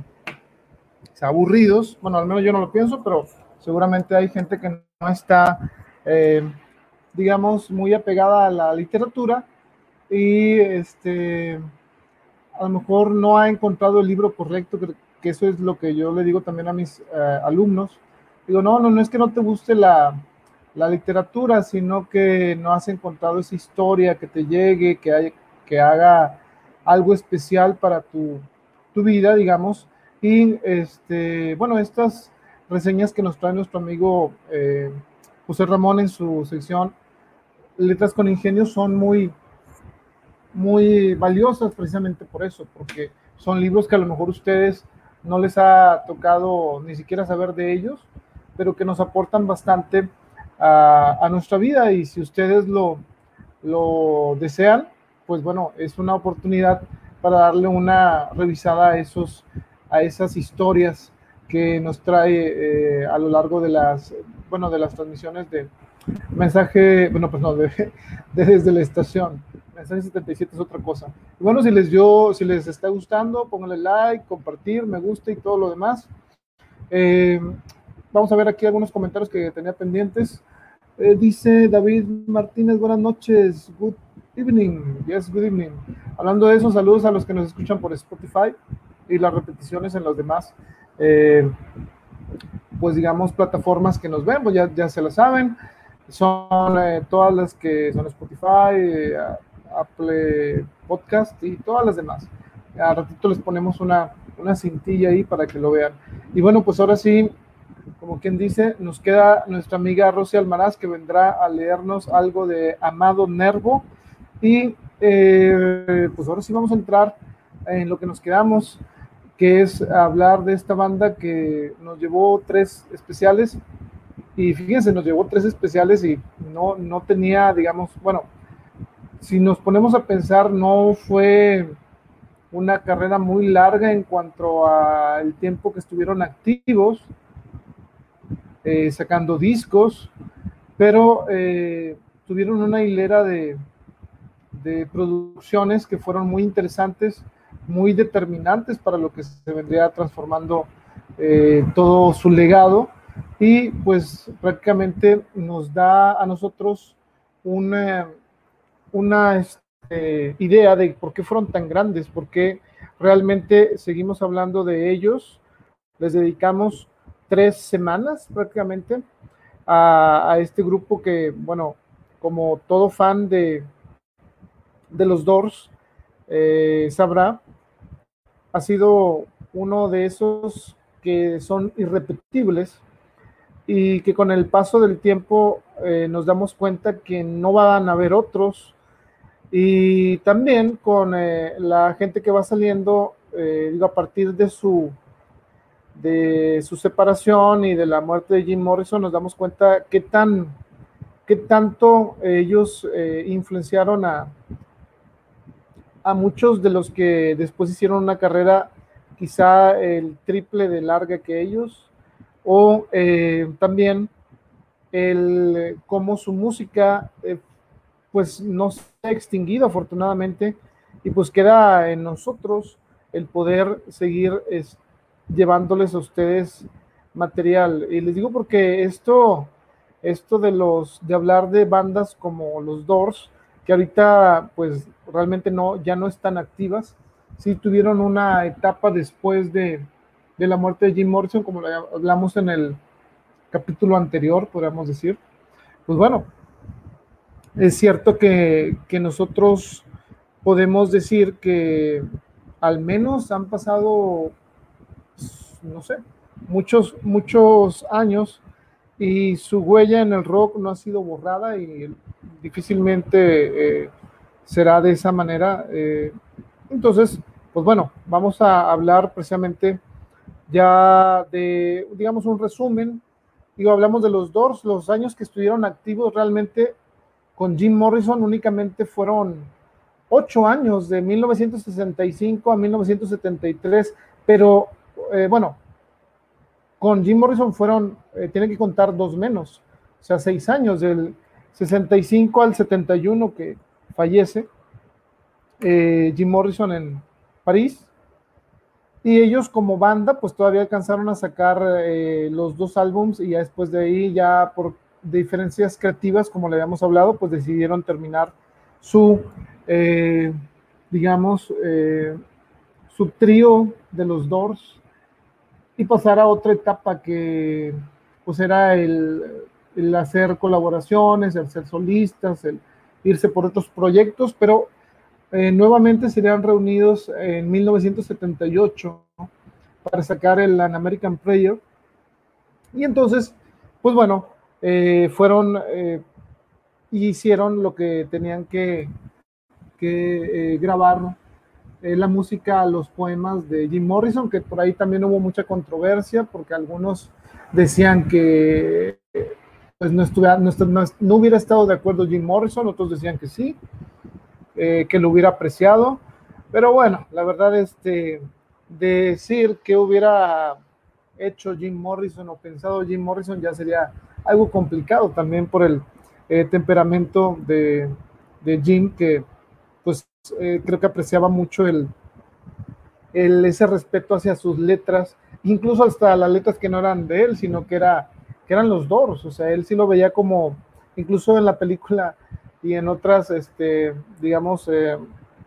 o sea, aburridos. Bueno, al menos yo no lo pienso, pero seguramente hay gente que no está, eh, digamos, muy apegada a la literatura y este, a lo mejor no ha encontrado el libro correcto, que, que eso es lo que yo le digo también a mis eh, alumnos. Digo, no, no, no es que no te guste la, la literatura, sino que no has encontrado esa historia que te llegue, que, hay, que haga algo especial para tu, tu vida, digamos. Y, este, bueno, estas reseñas que nos trae nuestro amigo eh, José Ramón en su sección Letras con Ingenio son muy, muy valiosas precisamente por eso, porque son libros que a lo mejor ustedes no les ha tocado ni siquiera saber de ellos, pero que nos aportan bastante a, a nuestra vida, y si ustedes lo, lo desean, pues bueno, es una oportunidad para darle una revisada a, esos, a esas historias que nos trae eh, a lo largo de las, bueno, de las transmisiones de mensaje, bueno, pues no, de, de desde la estación. Mensaje setenta y siete es otra cosa. Y bueno, si les, yo, si les está gustando, pónganle like, compartir, me gusta y todo lo demás. Eh, Vamos a ver aquí algunos comentarios que tenía pendientes. Eh, dice David Martínez, buenas noches. Good evening. Yes, good evening. Hablando de eso, saludos a los que nos escuchan por Spotify y las repeticiones en los demás, eh, pues digamos, plataformas que nos ven, pues ya, ya se lo saben. Son eh, todas las que son Spotify, eh, Apple Podcast y todas las demás. A ratito les ponemos una, una cintilla ahí para que lo vean. Y bueno, pues ahora sí, como quien dice, nos queda nuestra amiga Rosy Almaraz, que vendrá a leernos algo de Amado Nervo. Y eh, pues ahora sí vamos a entrar en lo que nos quedamos, que es hablar de esta banda que nos llevó tres especiales. Y fíjense, nos llevó tres especiales y no, no tenía, digamos, bueno, si nos ponemos a pensar, no fue una carrera muy larga en cuanto al tiempo que estuvieron activos, Eh, sacando discos, pero eh, tuvieron una hilera de, de producciones que fueron muy interesantes, muy determinantes para lo que se vendría transformando eh, todo su legado, y pues prácticamente nos da a nosotros una, una este, idea de por qué fueron tan grandes, por qué realmente seguimos hablando de ellos. Les dedicamos tres semanas prácticamente a, a este grupo que, bueno, como todo fan de, de los Doors eh, sabrá, ha sido uno de esos que son irrepetibles y que con el paso del tiempo eh, nos damos cuenta que no van a haber otros, y también con eh, la gente que va saliendo, eh, digo, a partir de su, de su separación y de la muerte de Jim Morrison, nos damos cuenta qué tan, qué tanto ellos eh, influenciaron a, a muchos de los que después hicieron una carrera quizá el triple de larga que ellos, o eh, también el cómo su música eh, pues no se ha extinguido afortunadamente, y pues queda en nosotros el poder seguir es, llevándoles a ustedes material. Y les digo porque esto, esto de los de hablar de bandas como los Doors, que ahorita pues realmente no, ya no están activas, sí tuvieron una etapa después de, de la muerte de Jim Morrison, como lo hablamos en el capítulo anterior, podríamos decir. Pues bueno, es cierto que, que nosotros podemos decir que al menos han pasado, no sé, muchos, muchos años, y su huella en el rock no ha sido borrada, y difícilmente eh, será de esa manera. Eh, entonces, pues bueno, vamos a hablar precisamente ya de, digamos, un resumen. Digo, hablamos de los Doors, los años que estuvieron activos realmente con Jim Morrison únicamente fueron ocho años, de mil novecientos sesenta y cinco a mil novecientos setenta y tres, pero eh, bueno, con Jim Morrison fueron, eh, tienen que contar dos menos, o sea, seis años, del sesenta y cinco al setenta y uno que fallece eh, Jim Morrison en París, y ellos como banda pues todavía alcanzaron a sacar eh, los dos álbums, y ya después de ahí, ya por diferencias creativas, como le habíamos hablado, pues decidieron terminar su, eh, digamos, eh, su trío de los Doors, y pasar a otra etapa que pues era el, el hacer colaboraciones, el ser solistas, el irse por otros proyectos, pero eh, nuevamente serían reunidos en mil novecientos setenta y ocho, ¿no?, para sacar el An American Prayer. Y entonces, pues bueno, eh, fueron eh, y hicieron lo que tenían que, que eh, grabar eh, la música a los poemas de Jim Morrison, que por ahí también hubo mucha controversia, porque algunos decían que pues no, estuviera, no, no, no hubiera estado de acuerdo Jim Morrison, otros decían que sí, eh, que lo hubiera apreciado, pero bueno, la verdad, este, decir que hubiera hecho Jim Morrison o pensado Jim Morrison ya sería algo complicado, también por el eh, temperamento de, de Jim, que pues eh, creo que apreciaba mucho el, el, ese respeto hacia sus letras, incluso hasta las letras que no eran de él, sino que, era, que eran los Doors. O sea, él sí lo veía como, incluso en la película y en otras, este, digamos, eh,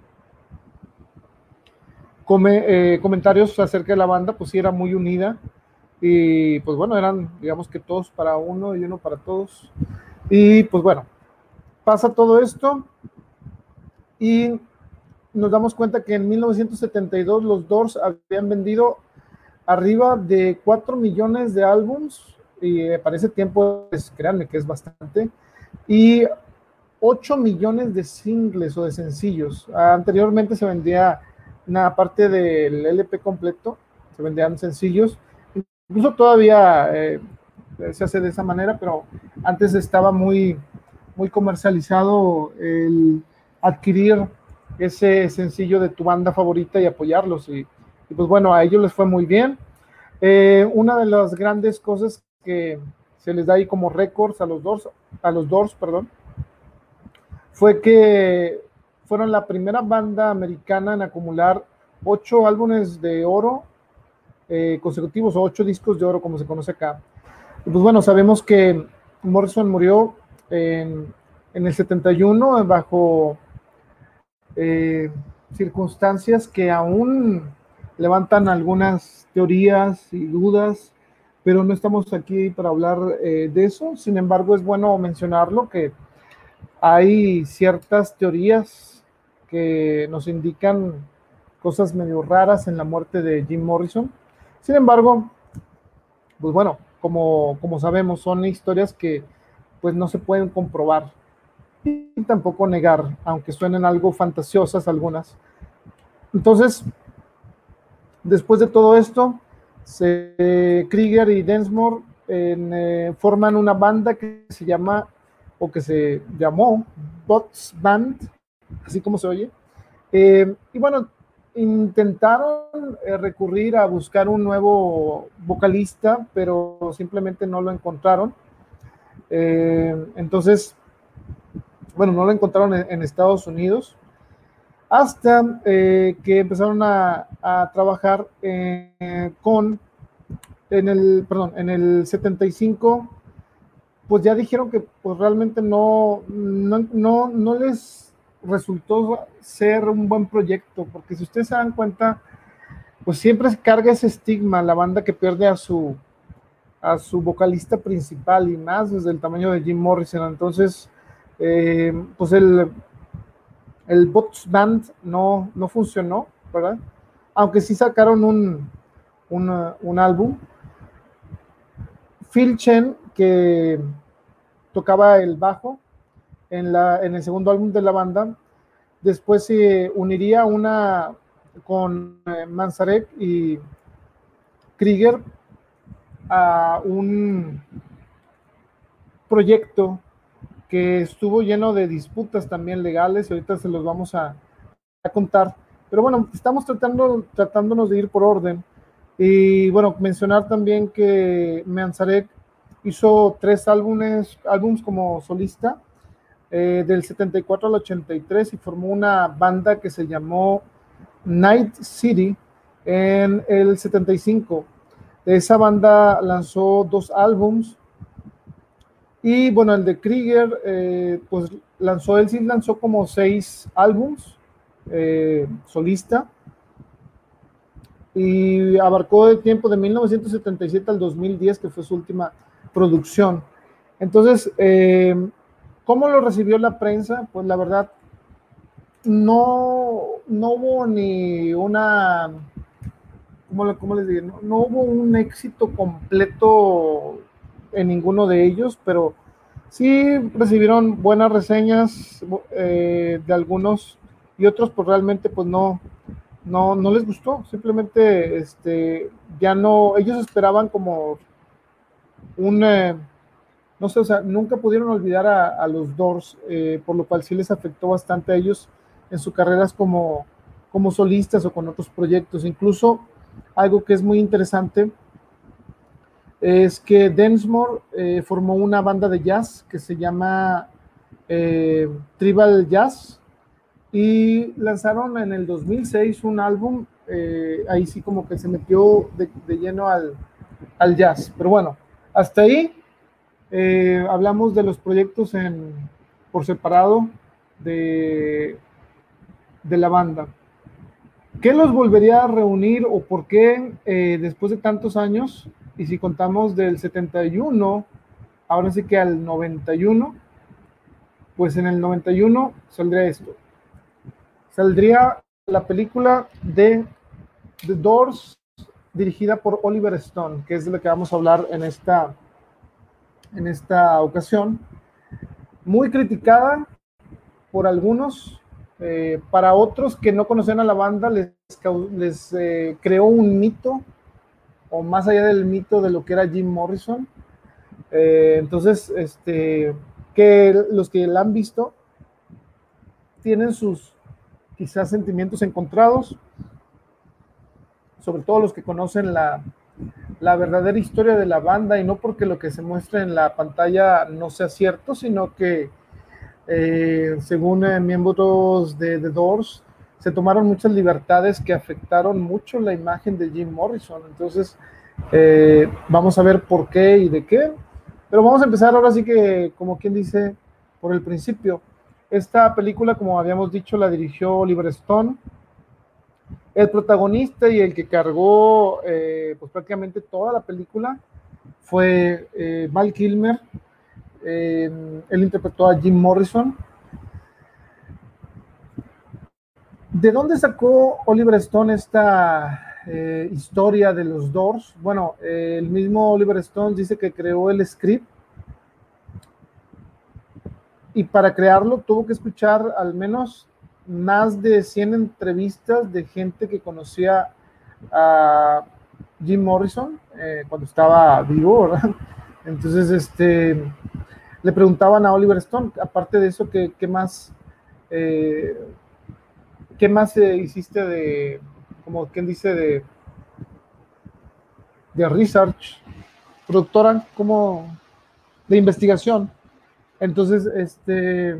come, eh, comentarios acerca de la banda, pues sí era muy unida, y pues bueno, eran, digamos que todos para uno y uno para todos. Y pues bueno, pasa todo esto y nos damos cuenta que en mil novecientos setenta y dos los Doors habían vendido arriba de cuatro millones de álbums, y para ese tiempo, pues, créanme que es bastante, y ocho millones de singles o de sencillos. Anteriormente se vendía una parte del L P completo, se vendían sencillos, incluso todavía eh, se hace de esa manera, pero antes estaba muy, muy comercializado el adquirir ese sencillo de tu banda favorita y apoyarlos, y, y pues bueno, a ellos les fue muy bien. Eh, una de las grandes cosas que se les da ahí como récords a los Doors, a los Doors, perdón, fue que fueron la primera banda americana en acumular ocho álbumes de oro eh, consecutivos, o ocho discos de oro, como se conoce acá. Y pues bueno, sabemos que Morrison murió en, en el setenta y uno bajo eh, circunstancias que aún levantan algunas teorías y dudas, pero no estamos aquí para hablar eh, de eso. Sin embargo, es bueno mencionarlo, que hay ciertas teorías que nos indican cosas medio raras en la muerte de Jim Morrison. Sin embargo, pues bueno, como, como sabemos, son historias que pues no se pueden comprobar. y tampoco negar, aunque suenen algo fantasiosas algunas. Entonces, después de todo esto, se, Krieger y Densmore en, eh, forman una banda que se llama, o que se llamó Bots Band, así como se oye. Eh, y bueno, intentaron eh, recurrir a buscar un nuevo vocalista, pero simplemente no lo encontraron. Eh, entonces, bueno, no lo encontraron en, en Estados Unidos, hasta eh, que empezaron a, a trabajar eh, con, en el, perdón, en el setenta y cinco, pues ya dijeron que pues realmente no, no, no, no les resultó ser un buen proyecto, porque si ustedes se dan cuenta, pues siempre se carga ese estigma, la banda que pierde a su, a su vocalista principal, y más desde el tamaño de Jim Morrison. Entonces, eh, pues el, el Bots Band no, no funcionó, ¿verdad? Aunque sí sacaron un, un, un álbum. Phil Chen, que tocaba el bajo en, la, en el segundo álbum de la banda, después se uniría una con eh, Manzarek y Krieger a un proyecto que estuvo lleno de disputas también legales, y ahorita se los vamos a, a contar. Pero bueno, estamos tratando, tratándonos de ir por orden. Y bueno, mencionar también que Manzarek hizo tres álbumes, álbums como solista, eh, del setenta y cuatro al ochenta y tres, y formó una banda que se llamó Night City en el setenta y cinco. De esa banda lanzó dos álbums. Y bueno, el de Krieger, eh, pues lanzó, él sí lanzó como seis álbums eh, solista, y abarcó el tiempo de mil novecientos setenta y siete al dos mil diez, que fue su última producción. Entonces, eh, ¿cómo lo recibió la prensa? Pues la verdad, no, no hubo ni una, ¿cómo, cómo les digo? No, no hubo un éxito completo en ninguno de ellos, pero sí recibieron buenas reseñas eh, de algunos, y otros pues realmente pues no, no, no les gustó. Simplemente este, ya no, ellos esperaban como un, eh, no sé, o sea, nunca pudieron olvidar a, a los Doors, eh, por lo cual sí les afectó bastante a ellos en sus carreras como, como solistas o con otros proyectos. Incluso algo que es muy interesante es que Densmore eh, formó una banda de jazz que se llama eh, Tribal Jazz, y lanzaron en el dos mil seis un álbum, eh, ahí sí como que se metió de, de lleno al, al jazz. Pero bueno, hasta ahí eh, hablamos de los proyectos en, por separado de, de la banda. ¿Qué los volvería a reunir, o por qué eh, después de tantos años? Y si contamos del setenta y uno, ahora sí que al noventa y uno, pues en el noventa y uno saldría esto. Saldría la película de The Doors, dirigida por Oliver Stone, que es de lo que vamos a hablar en esta, en esta ocasión. Muy criticada por algunos, eh, para otros que no conocían a la banda les, les eh, creó un mito, o más allá del mito de lo que era Jim Morrison. Eh, entonces, este, que los que la han visto tienen sus quizás sentimientos encontrados, sobre todo los que conocen la, la verdadera historia de la banda, y no porque lo que se muestra en la pantalla no sea cierto, sino que eh, según eh, miembros de The Doors, se tomaron muchas libertades que afectaron mucho la imagen de Jim Morrison. Entonces, eh, vamos a ver por qué y de qué, pero vamos a empezar ahora sí que, como quien dice, por el principio. Esta película, como habíamos dicho, la dirigió Oliver Stone. El protagonista y el que cargó eh, pues prácticamente toda la película fue eh, Val Kilmer. Eh, él interpretó a Jim Morrison. ¿De dónde sacó Oliver Stone esta eh, historia de los Doors? Bueno, eh, el mismo Oliver Stone dice que creó el script y para crearlo tuvo que escuchar al menos más de cien entrevistas de gente que conocía a Jim Morrison eh, cuando estaba vivo, ¿verdad? Entonces, este, le preguntaban a Oliver Stone, aparte de eso, ¿qué, qué más, eh, qué más eh, hiciste de, como quien dice, de, de research, productora, como de investigación? Entonces, este,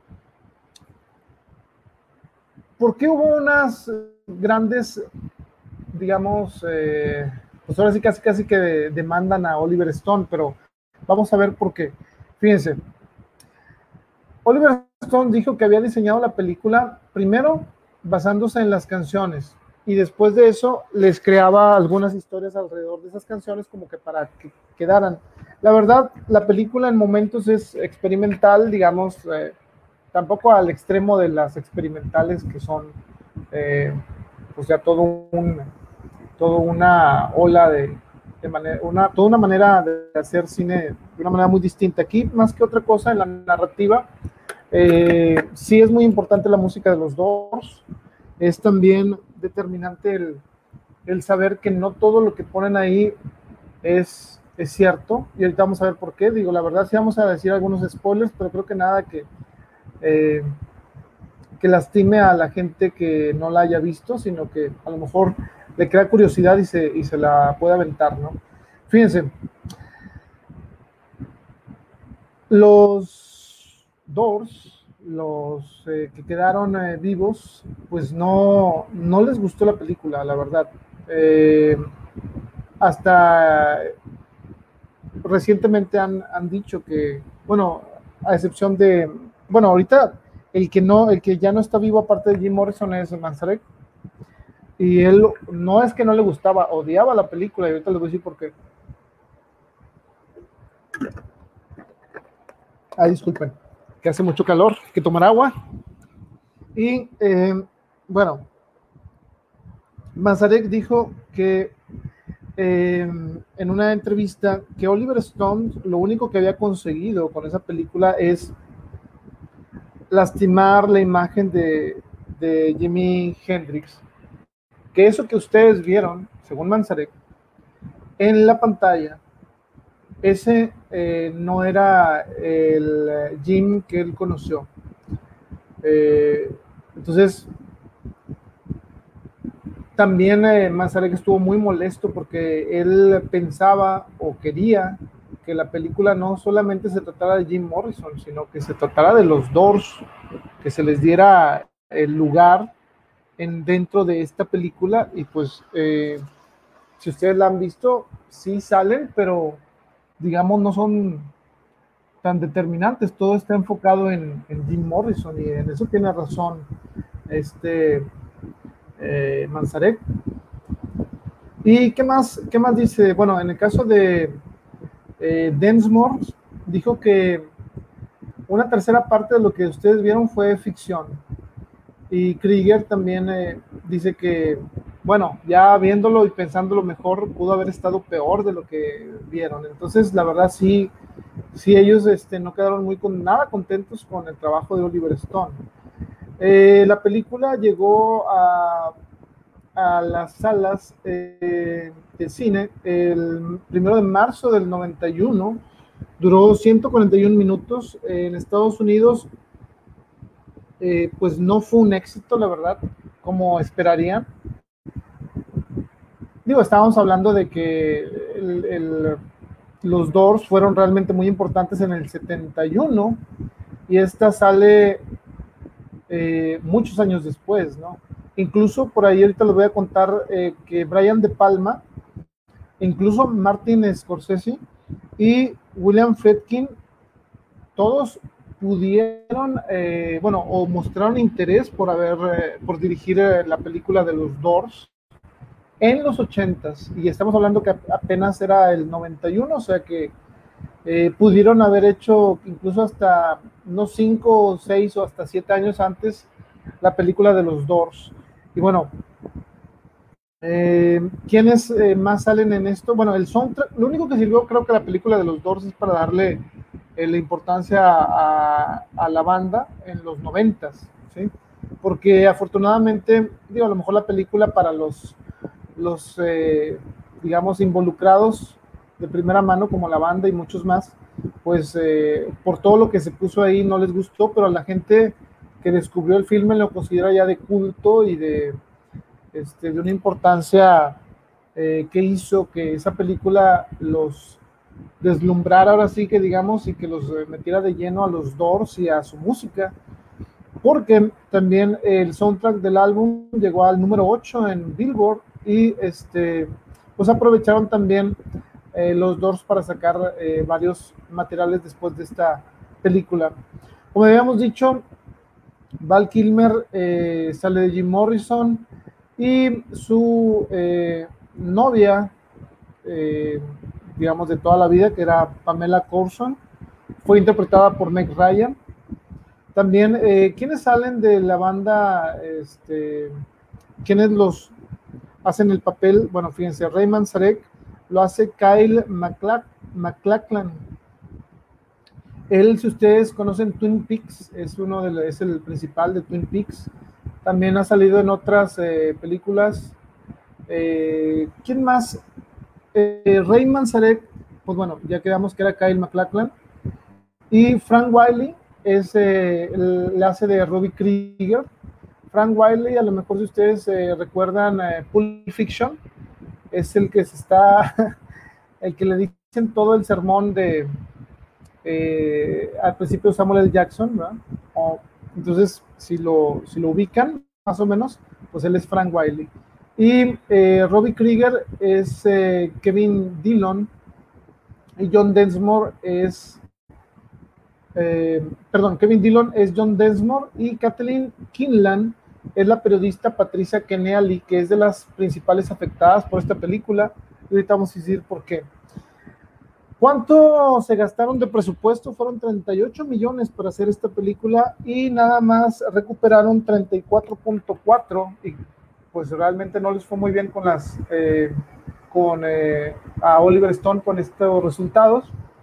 ¿por qué hubo unas grandes, digamos, eh, pues ahora sí casi casi que demandan a Oliver Stone? Pero vamos a ver por qué. Fíjense, Oliver Stone dijo que había diseñado la película primero basándose en las canciones y después de eso les creaba algunas historias alrededor de esas canciones como que para que quedaran. La verdad, la película en momentos es experimental, digamos, eh, tampoco al extremo de las experimentales que son, eh, pues ya todo un, todo una ola de, de manera, una, toda una manera de hacer cine de una manera muy distinta. Aquí, más que otra cosa, en la narrativa, eh, sí es muy importante la música de los Doors. Es también determinante el, el saber que no todo lo que ponen ahí es, es cierto, y ahorita vamos a ver por qué. Digo, la verdad sí vamos a decir algunos spoilers, pero creo que nada que, eh, que lastime a la gente que no la haya visto, sino que a lo mejor le crea curiosidad y se, y se la puede aventar, ¿no? Fíjense, los Doors, los eh, que quedaron eh, vivos, pues no, no les gustó la película, la verdad. Eh, hasta recientemente han, han dicho que, bueno, a excepción de, bueno, ahorita el que no, el que ya no está vivo aparte de Jim Morrison es Manzarek, y él no es que no le gustaba, odiaba la película, y ahorita les voy a decir por qué. Ah, disculpen, que hace mucho calor, hay que tomar agua. Y eh, bueno, Manzarek dijo que eh, en una entrevista que Oliver Stone lo único que había conseguido con esa película es lastimar la imagen de, de Jimi Hendrix, que eso que ustedes vieron, según Manzarek, en la pantalla, ese eh, no era el Jim que él conoció. Eh, entonces, también eh, Manzarek estuvo muy molesto porque él pensaba o quería que la película no solamente se tratara de Jim Morrison, sino que se tratara de los Doors, que se les diera el lugar en, dentro de esta película. Y pues, eh, si ustedes la han visto, sí salen, pero digamos no son tan determinantes, todo está enfocado en, en Jim Morrison, y en eso tiene razón este eh, Manzarek. ¿Y qué más, qué más dice? Bueno, en el caso de eh, Densmore, dijo que una tercera parte de lo que ustedes vieron fue ficción, y Krieger también eh, dice que, bueno, ya viéndolo y pensándolo mejor, pudo haber estado peor de lo que vieron. Entonces, la verdad, sí, sí ellos este, no quedaron muy con, nada contentos con el trabajo de Oliver Stone. Eh, la película llegó a, a las salas eh, de cine el primero de marzo del noventa y uno, duró ciento cuarenta y un minutos. En Estados Unidos, eh, pues no fue un éxito, la verdad, como esperarían. Digo, estábamos hablando de que el, el, los Doors fueron realmente muy importantes en el setenta y uno, y esta sale eh, muchos años después, ¿no? Incluso por ahí ahorita les voy a contar eh, que Brian De Palma, incluso Martin Scorsese y William Friedkin, todos pudieron, eh, bueno, o mostraron interés por haber, eh, por dirigir eh, la película de los Doors en los ochentas, y estamos hablando que apenas era el noventa y uno, o sea que eh, pudieron haber hecho incluso hasta unos cinco, seis o hasta siete años antes la película de los Doors. Y bueno, eh, ¿quiénes eh, más salen en esto? Bueno, el soundtrack, lo único que sirvió creo que la película de los Doors es para darle eh, la importancia a, a la banda en los noventas, ¿sí? Porque afortunadamente, digo, a lo mejor la película para los, los eh, digamos, involucrados de primera mano, como la banda y muchos más, pues eh, por todo lo que se puso ahí no les gustó, pero a la gente que descubrió el filme lo considera ya de culto y de, este, de una importancia eh, que hizo que esa película los deslumbrara ahora sí que digamos y que los metiera de lleno a los Doors y a su música, porque también el soundtrack del álbum llegó al número ocho en Billboard y este, pues aprovecharon también eh, los Doors para sacar eh, varios materiales después de esta película. Como habíamos dicho, Val Kilmer eh, sale de Jim Morrison y su eh, novia, eh, digamos de toda la vida, que era Pamela Courson, fue interpretada por Meg Ryan. También, eh, ¿quiénes salen de la banda? Este, ¿Quiénes los hacen el papel? Bueno, fíjense, Ray Manzarek lo hace Kyle MacLachlan. Él, si ustedes conocen Twin Peaks, es, uno de los, es el principal de Twin Peaks. También ha salido en otras eh, películas. Eh, ¿Quién más? Eh, Ray Manzarek, pues bueno, ya quedamos que era Kyle MacLachlan. Y Frank Wiley es, eh, el, le hace de Robbie Krieger. Frank Wiley, a lo mejor si ustedes eh, recuerdan eh, Pulp Fiction, es el que se está, el que le dicen todo el sermón de eh, al principio Samuel L. Jackson, ¿verdad? O, entonces, si lo, si lo ubican, más o menos, pues él es Frank Wiley. Y eh, Robbie Krieger es eh, Kevin Dillon, y John Densmore es Eh, perdón, Kevin Dillon es John Densmore y Kathleen Kinlan es la periodista Patricia Keneally, que es de las principales afectadas por esta película. Y ahorita vamos a decir por qué. ¿Cuánto se gastaron de presupuesto? Fueron treinta y ocho millones para hacer esta película y nada más recuperaron treinta y cuatro punto cuatro y pues realmente no les fue muy bien con las eh, con eh, a Oliver Stone con estos resultados.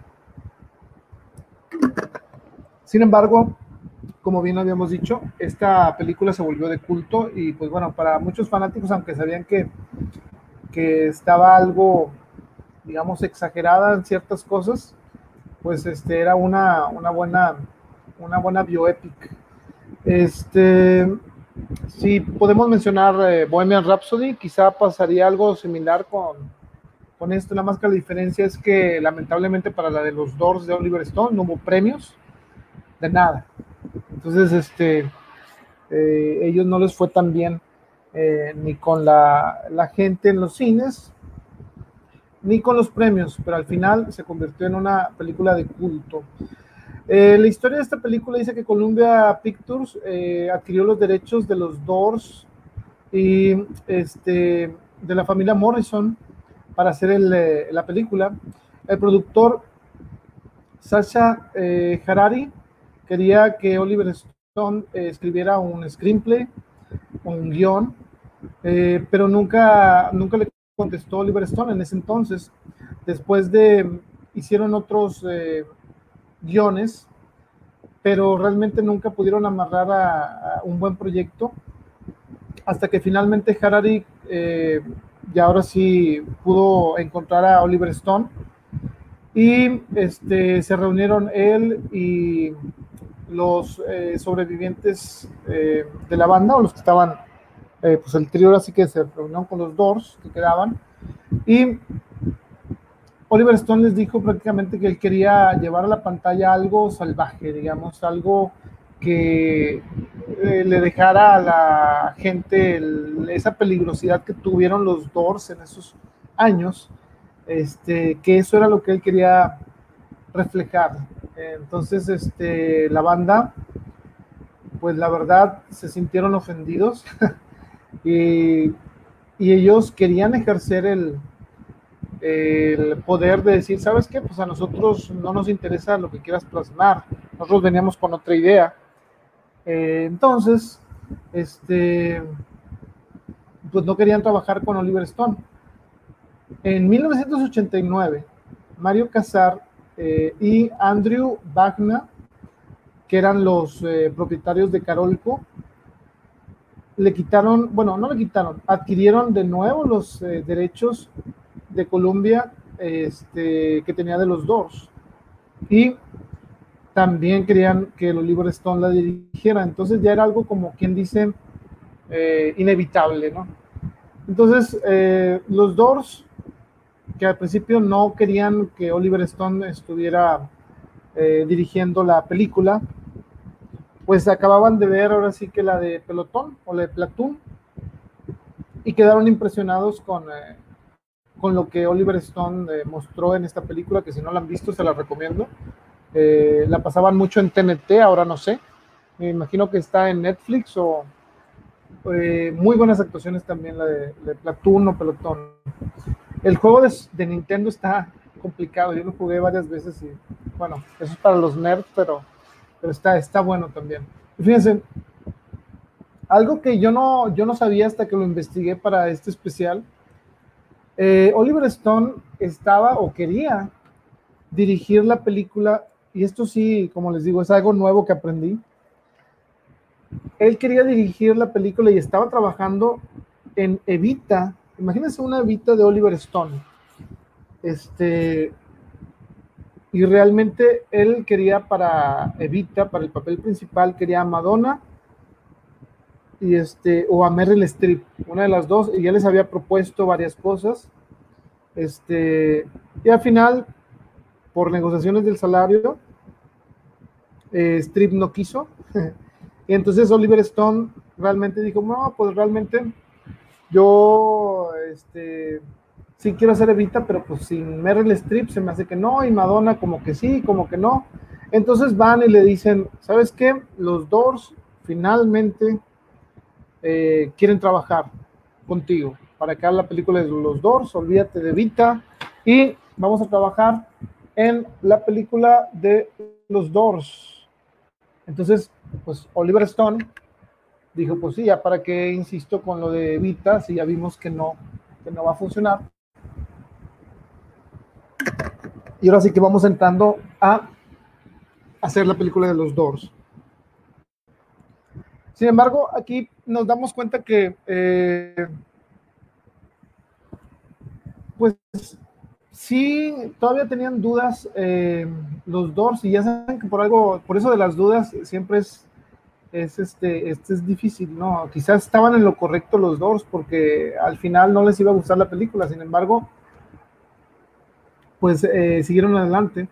Sin embargo, como bien habíamos dicho, esta película se volvió de culto y pues bueno, para muchos fanáticos, aunque sabían que, que estaba algo, digamos, exagerada en ciertas cosas, pues este era una, una buena una buena bioepic. Este, si podemos mencionar eh, Bohemian Rhapsody, quizá pasaría algo similar con, con esto, nada más que la diferencia es que lamentablemente para la de los Doors de Oliver Stone no hubo premios de nada. Entonces, este, eh, ellos no les fue tan bien eh, ni con la, la gente en los cines, ni con los premios, pero al final se convirtió en una película de culto. Eh, la historia de esta película dice que Columbia Pictures eh, adquirió los derechos de los Doors y este, de la familia Morrison para hacer el, eh, la película. El productor Sacha eh, Harari quería que Oliver Stone eh, escribiera un screenplay, un guión, eh, pero nunca, nunca le contestó Oliver Stone en ese entonces. Después de, hicieron otros eh, guiones, pero realmente nunca pudieron amarrar a, a un buen proyecto, hasta que finalmente Harari, eh, y ahora sí pudo encontrar a Oliver Stone, y este, se reunieron él y los eh, sobrevivientes eh, de la banda, o los que estaban, eh, pues el trío así que se reunió con los Doors que quedaban, y Oliver Stone les dijo prácticamente que él quería llevar a la pantalla algo salvaje, digamos, algo que eh, le dejara a la gente el, esa peligrosidad que tuvieron los Doors en esos años, este, que eso era lo que él quería reflejar. Entonces, este, la banda, pues la verdad, se sintieron ofendidos y, y ellos querían ejercer el, el poder de decir, ¿sabes qué? Pues a nosotros no nos interesa lo que quieras plasmar, nosotros veníamos con otra idea. Eh, entonces, este, pues no querían trabajar con Oliver Stone. En mil novecientos ochenta y nueve, Mario Casar eh, y Andrew Wagner, que eran los eh, propietarios de Carolco, le quitaron, bueno, no le quitaron, adquirieron de nuevo los eh, derechos de Columbia este, que tenía de los Doors. Y también querían que el Oliver Stone la dirigiera. Entonces ya era algo como quien dice eh, inevitable, ¿no? Entonces eh, los Doors, que al principio no querían que Oliver Stone estuviera eh, dirigiendo la película, pues acababan de ver ahora sí que la de Pelotón o la de Platoon y quedaron impresionados con, eh, con lo que Oliver Stone eh, mostró en esta película, que si no la han visto se la recomiendo. Eh, la pasaban mucho en T N T, ahora no sé, me imagino que está en Netflix o eh, muy buenas actuaciones también la de, de Platoon o Pelotón. El juego de, de Nintendo está complicado, yo lo jugué varias veces y bueno, eso es para los nerds, pero pero está, está bueno también. Y fíjense, algo que yo no, yo no sabía hasta que lo investigué para este especial, eh, Oliver Stone estaba o quería dirigir la película, y esto sí, como les digo, es algo nuevo que aprendí. Él quería dirigir la película y estaba trabajando en Evita. Imagínense una Evita de Oliver Stone. Este... Y realmente él quería para Evita, para el papel principal, quería a Madonna y este, o a Meryl Streep, una de las dos, y ya les había propuesto varias cosas. Este, y al final, por negociaciones del salario, eh, Streep no quiso. Y entonces Oliver Stone realmente dijo, no, pues realmente yo este, sí quiero hacer Evita, pero pues sin Meryl Streep se me hace que no, y Madonna como que sí, como que no. Entonces van y le dicen, ¿sabes qué? Los Doors finalmente eh, quieren trabajar contigo para que haga la película de los Doors, olvídate de Evita y vamos a trabajar en la película de los Doors. Entonces, pues Oliver Stone dijo, pues sí, ya para qué insisto con lo de Evita, si ya vimos que no, que no va a funcionar. Y ahora sí que vamos entrando a hacer la película de los Doors. Sin embargo, aquí nos damos cuenta que eh, pues sí, todavía tenían dudas eh, los Doors, y ya saben que por algo, por eso de las dudas siempre es, es, este, este es difícil, ¿no? Quizás estaban en lo correcto los Doors porque al final no les iba a gustar la película, sin embargo, pues eh, siguieron adelante.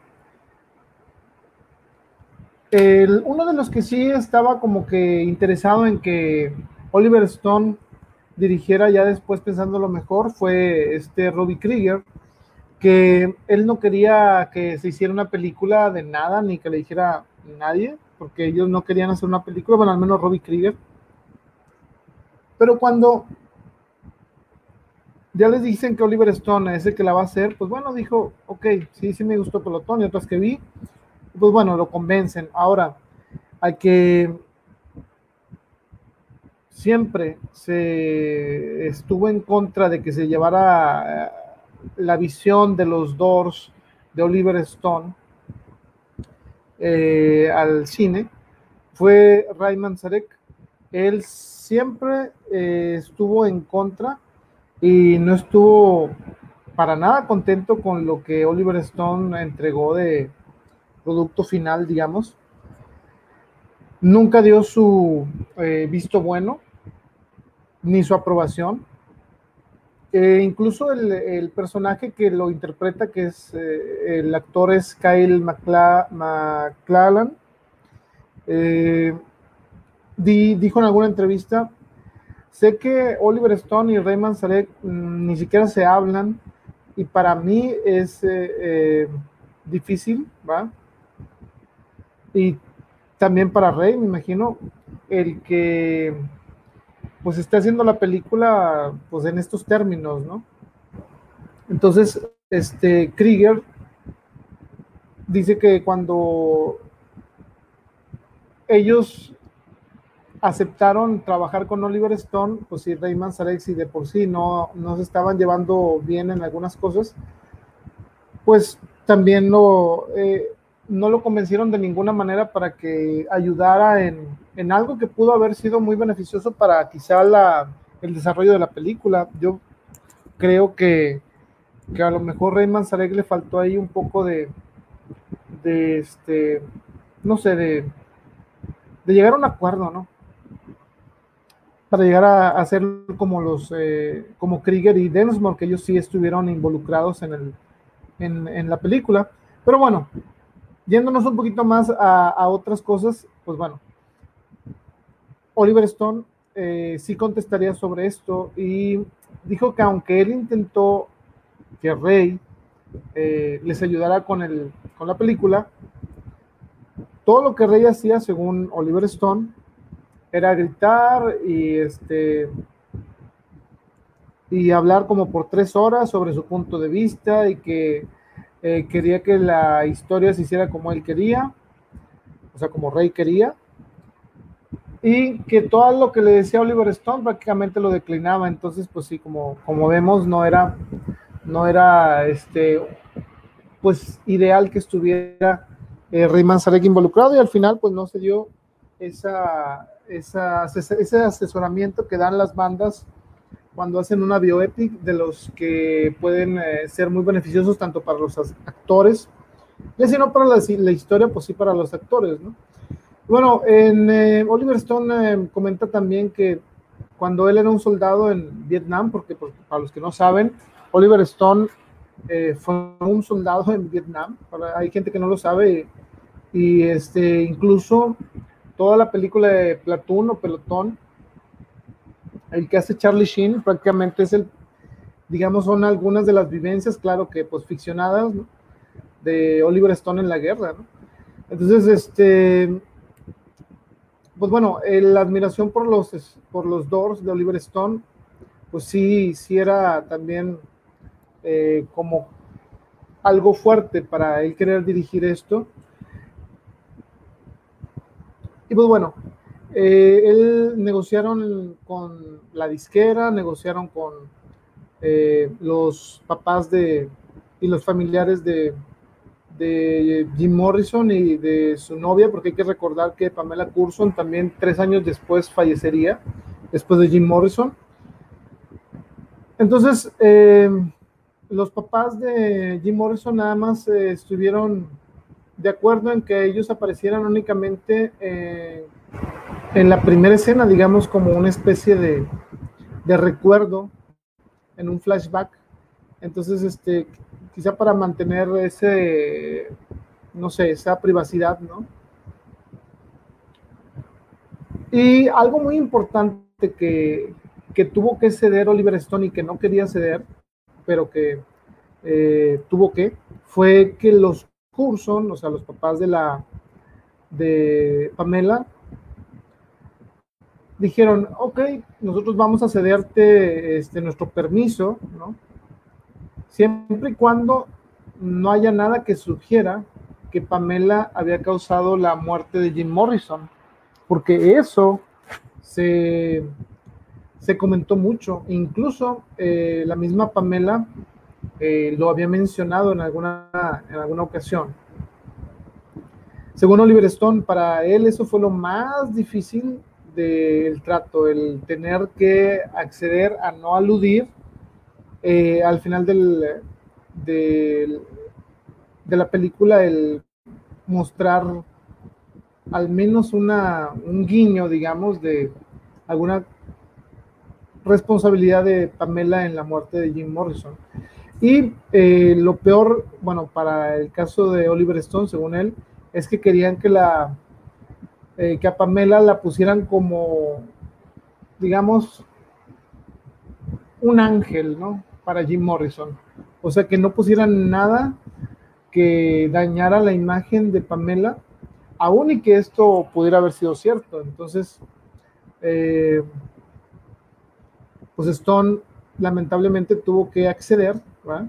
El, uno de los que sí estaba como que interesado en que Oliver Stone dirigiera ya después pensándolo mejor fue este Robbie Krieger, que él no quería que se hiciera una película de nada, ni que le dijera nadie, porque ellos no querían hacer una película, bueno, al menos Robbie Krieger. Pero cuando ya les dicen que Oliver Stone es el que la va a hacer, pues bueno, dijo, ok, sí, sí me gustó Pelotón y otras que vi, pues bueno, lo convencen. Ahora, hay que siempre se estuvo en contra de que se llevara la visión de los Doors de Oliver Stone eh, al cine, fue Ray Manzarek. Él siempre eh, estuvo en contra y no estuvo para nada contento con lo que Oliver Stone entregó de producto final, digamos. Nunca dio su eh, visto bueno ni su aprobación. Eh, incluso el, el personaje que lo interpreta, que es eh, el actor es Kyle MacLa MacLachlan, eh, di, dijo en alguna entrevista, sé que Oliver Stone y Ray Manzarek mmm, ni siquiera se hablan y para mí es eh, eh, difícil, ¿va? Y también para Ray, me imagino, el que pues está haciendo la película pues en estos términos, ¿no? Entonces, este Krieger dice que cuando ellos aceptaron trabajar con Oliver Stone, pues si Ray Manzarek si de por sí no, no se estaban llevando bien en algunas cosas, pues también lo, eh, no lo convencieron de ninguna manera para que ayudara en, en algo que pudo haber sido muy beneficioso para quizá la, el desarrollo de la película. Yo creo que, que a lo mejor Ray Manzarek le faltó ahí un poco de, de este, no sé, de, de llegar a un acuerdo, ¿no? Para llegar a, a ser como los, eh, como Krieger y Densmore, que ellos sí estuvieron involucrados en, el, en, en la película. Pero bueno, yéndonos un poquito más a, a otras cosas, pues bueno, Oliver Stone eh, sí contestaría sobre esto y dijo que aunque él intentó que Ray eh, les ayudara con, el, con la película, todo lo que Ray hacía, según Oliver Stone, era gritar y este y hablar como por tres horas sobre su punto de vista y que eh, quería que la historia se hiciera como él quería, o sea, como Ray quería, y que todo lo que le decía Oliver Stone prácticamente lo declinaba. Entonces, pues sí, como, como vemos, no era, no era este, pues ideal que estuviera eh, Ray Manzarek involucrado, y al final pues no se dio esa, esa, ese asesoramiento que dan las bandas cuando hacen una bioepic, de los que pueden eh, ser muy beneficiosos tanto para los actores, y si no para la, la historia, pues sí para los actores, ¿no? Bueno, en, eh, Oliver Stone eh, comenta también que cuando él era un soldado en Vietnam, porque pues, para los que no saben, Oliver Stone eh, fue un soldado en Vietnam, para, hay gente que no lo sabe, y, y este, incluso toda la película de Platoon o Pelotón, el que hace Charlie Sheen, prácticamente es el, digamos, son algunas de las vivencias, claro que pues ficcionadas, ¿no?, de Oliver Stone en la guerra, ¿no? Entonces, este, pues bueno, la admiración por los, por los Doors de Oliver Stone, pues sí, sí era también eh, como algo fuerte para él querer dirigir esto. Y pues bueno, eh, él negociaron con la disquera, negociaron con eh, los papás de, y los familiares de, de Jim Morrison y de su novia, porque hay que recordar que Pamela Courson también tres años después fallecería, después de Jim Morrison. Entonces, eh, los papás de Jim Morrison nada más eh, estuvieron de acuerdo en que ellos aparecieran únicamente eh, en la primera escena, digamos, como una especie de, de recuerdo, en un flashback. Entonces, este, quizá para mantener ese, no sé, esa privacidad, ¿no? Y algo muy importante que, que tuvo que ceder Oliver Stone y que no quería ceder, pero que eh, tuvo que, fue que los Courson, o sea, los papás de la de Pamela, dijeron, ok, nosotros vamos a cederte este, nuestro permiso, ¿no?, siempre y cuando no haya nada que sugiera que Pamela había causado la muerte de Jim Morrison, porque eso se, se comentó mucho. Incluso eh, la misma Pamela eh, lo había mencionado en alguna, en alguna ocasión. Según Oliver Stone, para él eso fue lo más difícil del trato, el tener que acceder a no aludir eh, al final del, del, de la película, el mostrar al menos una, un guiño, digamos, de alguna responsabilidad de Pamela en la muerte de Jim Morrison. Y eh, lo peor, bueno, para el caso de Oliver Stone, según él, es que querían que la eh, que a Pamela la pusieran como, digamos, un ángel, ¿no?, para Jim Morrison. O sea, que no pusieran nada que dañara la imagen de Pamela, aún y que esto pudiera haber sido cierto. Entonces, eh, pues Stone lamentablemente tuvo que acceder, ¿verdad?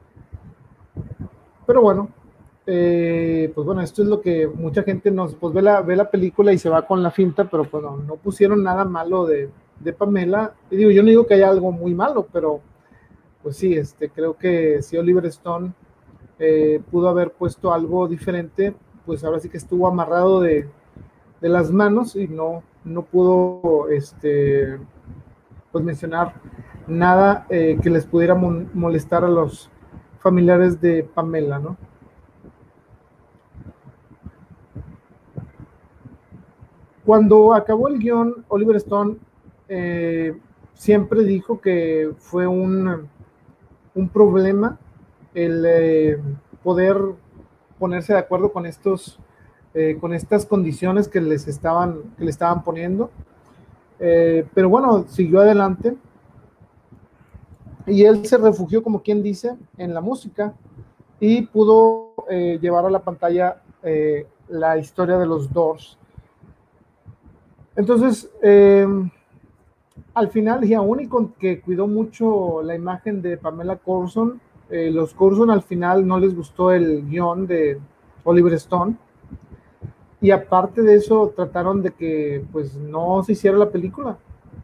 Pero bueno, eh, pues bueno, esto es lo que mucha gente nos, pues ve la, ve la película y se va con la finta, pero pues no, no pusieron nada malo de, de Pamela. Y digo, yo no digo que haya algo muy malo, pero pues sí, este, creo que si Oliver Stone eh, pudo haber puesto algo diferente, pues ahora sí que estuvo amarrado de, de las manos y no, no pudo este, pues mencionar nada eh, que les pudiera molestar a los familiares de Pamela, ¿no? Cuando acabó el guión, Oliver Stone eh, siempre dijo que fue un, un problema el eh, poder ponerse de acuerdo con estos eh, con estas condiciones que les estaban que le estaban poniendo, eh, pero bueno, siguió adelante y él se refugió, como quien dice, en la música y pudo eh, llevar a la pantalla eh, la historia de los Doors. Entonces, eh, al final, y aún y con que cuidó mucho la imagen de Pamela Courson, eh, los Courson al final no les gustó el guión de Oliver Stone, y aparte de eso trataron de que pues no se hiciera la película.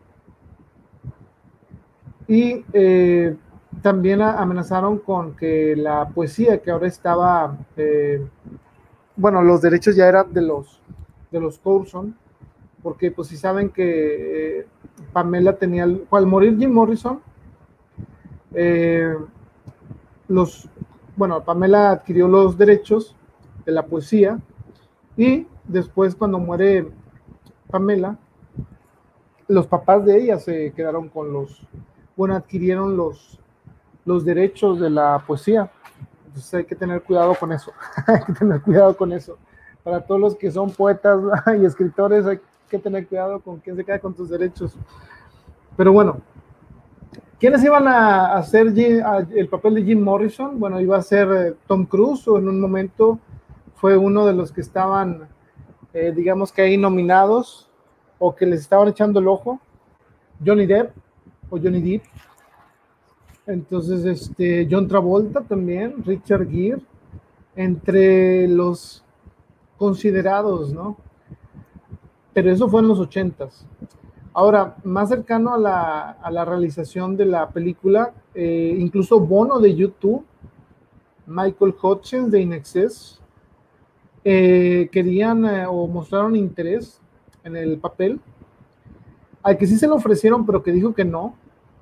Y eh, también amenazaron con que la poesía que ahora estaba, eh, bueno, los derechos ya eran de los, de los Courson, porque pues si saben que eh, Pamela tenía, al morir Jim Morrison, eh, los, bueno, Pamela adquirió los derechos de la poesía y después cuando muere Pamela, los papás de ella se quedaron con los, bueno, adquirieron los, los derechos de la poesía. Entonces hay que tener cuidado con eso, hay que tener cuidado con eso. Para todos los que son poetas y escritores, hay que tener cuidado con quién se queda con tus derechos. Pero bueno, ¿quiénes iban a hacer el papel de Jim Morrison? Bueno, iba a ser Tom Cruise, o en un momento fue uno de los que estaban, eh, digamos que ahí nominados, o que les estaban echando el ojo, Johnny Depp, o Johnny Depp. Entonces, este, John Travolta también, Richard Gere, entre los considerados, ¿no? Pero eso fue en los ochentas. Ahora, más cercano a la, a la realización de la película, eh, incluso Bono de YouTube, Michael Hutchins de I N X S, eh, querían eh, o mostraron interés en el papel, al que sí se lo ofrecieron, pero que dijo que no.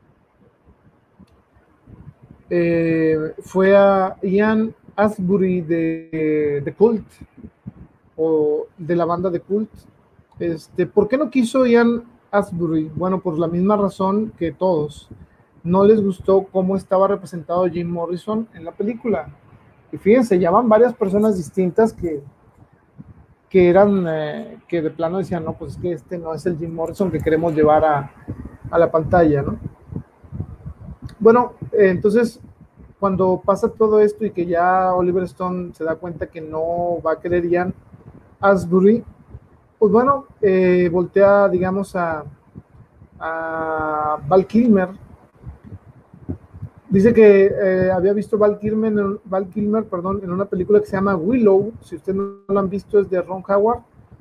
Eh, fue a Ian Astbury de, de Cult, o de la banda de Cult. Este, ¿por qué no quiso Ian Astbury? Bueno, por la misma razón que todos. No les gustó cómo estaba representado Jim Morrison en la película. Y fíjense, ya van varias personas distintas que, que eran, eh, que de plano decían, no, pues es que este no es el Jim Morrison que queremos llevar a, a la pantalla, ¿no? Bueno, eh, entonces, cuando pasa todo esto y que ya Oliver Stone se da cuenta que no va a querer Ian Astbury, pues bueno, eh, voltea, digamos, a, a Val Kilmer. Dice que eh, había visto Val Kilmer, Val Kilmer perdón, en una película que se llama Willow. Si ustedes no lo han visto, es de Ron Howard.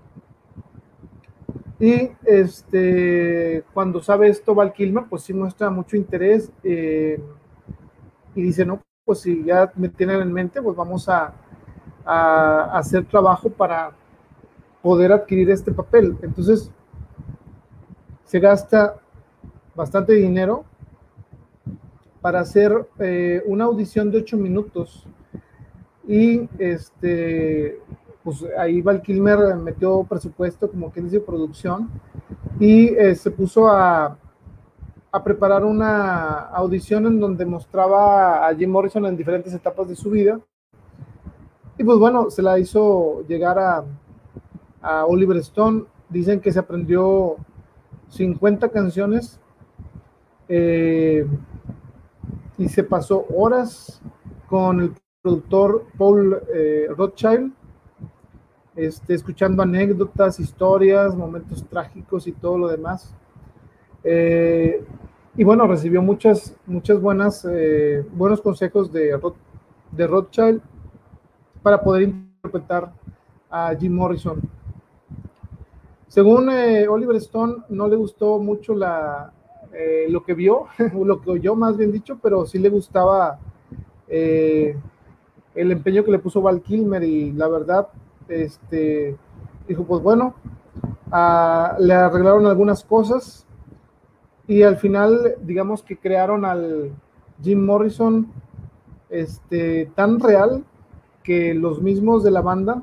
Y este, cuando sabe esto Val Kilmer, pues sí muestra mucho interés eh, y dice, no, pues si ya me tienen en mente, pues vamos a, a hacer trabajo para poder adquirir este papel. Entonces se gasta bastante dinero para hacer eh, una audición de ocho minutos y este pues ahí Val Kilmer metió presupuesto, como quien dice, producción, y eh, se puso a, a preparar una audición en donde mostraba a Jim Morrison en diferentes etapas de su vida, y pues bueno, se la hizo llegar a, a Oliver Stone. Dicen que se aprendió cincuenta canciones eh, y se pasó horas con el productor Paul eh, Rothchild, este, escuchando anécdotas, historias, momentos trágicos y todo lo demás. Eh, y bueno, recibió muchas, muchas buenas, eh, buenos consejos de, Roth, de Rothchild para poder interpretar a Jim Morrison. Según eh, Oliver Stone, no le gustó mucho la, eh, lo que vio, lo que oyó más bien dicho, pero sí le gustaba eh, el empeño que le puso Val Kilmer, y la verdad, este, dijo, pues bueno, uh, le arreglaron algunas cosas, y al final, digamos que crearon al Jim Morrison este, tan real que los mismos de la banda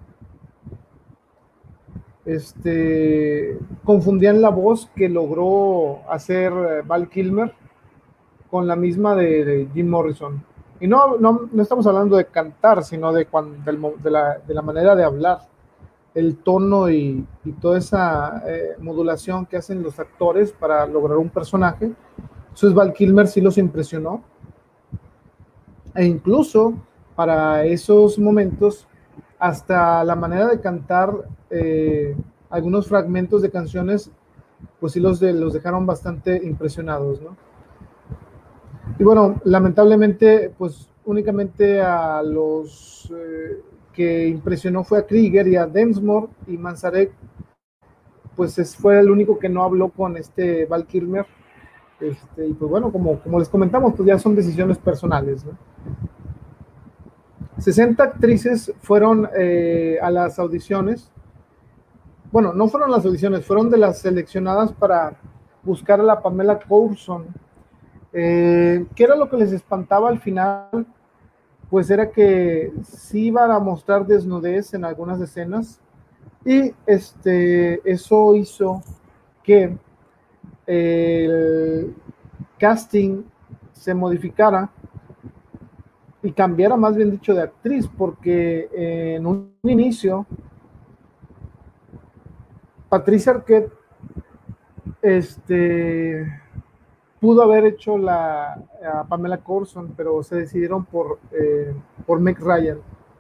este, confundían la voz que logró hacer Val Kilmer con la misma de, de Jim Morrison. Y no, no, no estamos hablando de cantar, sino de, cuando, del, de, la, de la manera de hablar, el tono y, y toda esa eh, modulación que hacen los actores para lograr un personaje. Entonces Val Kilmer sí los impresionó. E incluso para esos momentos, hasta la manera de cantar eh, algunos fragmentos de canciones, pues sí los, de, los dejaron bastante impresionados, ¿no? Y bueno, lamentablemente, pues únicamente a los eh, que impresionó fue a Krieger y a Densmore, y Manzarek, pues es, fue el único que no habló con este Val Kilmer. Este, y pues bueno, como, como les comentamos, pues ya son decisiones personales, ¿no? sesenta actrices fueron eh, a las audiciones. Bueno, no fueron las audiciones, fueron de las seleccionadas para buscar a la Pamela Courson. Eh, ¿Qué era lo que les espantaba al final? Pues era que sí iban a mostrar desnudez en algunas escenas, y este, eso hizo que el casting se modificara y cambiara, más bien dicho, de actriz, porque en un inicio Patricia Arquette este, pudo haber hecho la a Pamela Courson, pero se decidieron por, eh, por Meg Ryan.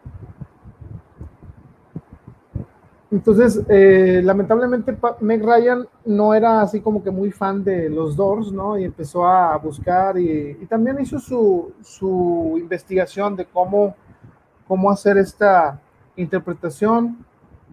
Entonces, eh, lamentablemente, Meg Ryan no era así como que muy fan de los Doors, ¿no? Y empezó a buscar y, y también hizo su, su investigación de cómo, cómo hacer esta interpretación.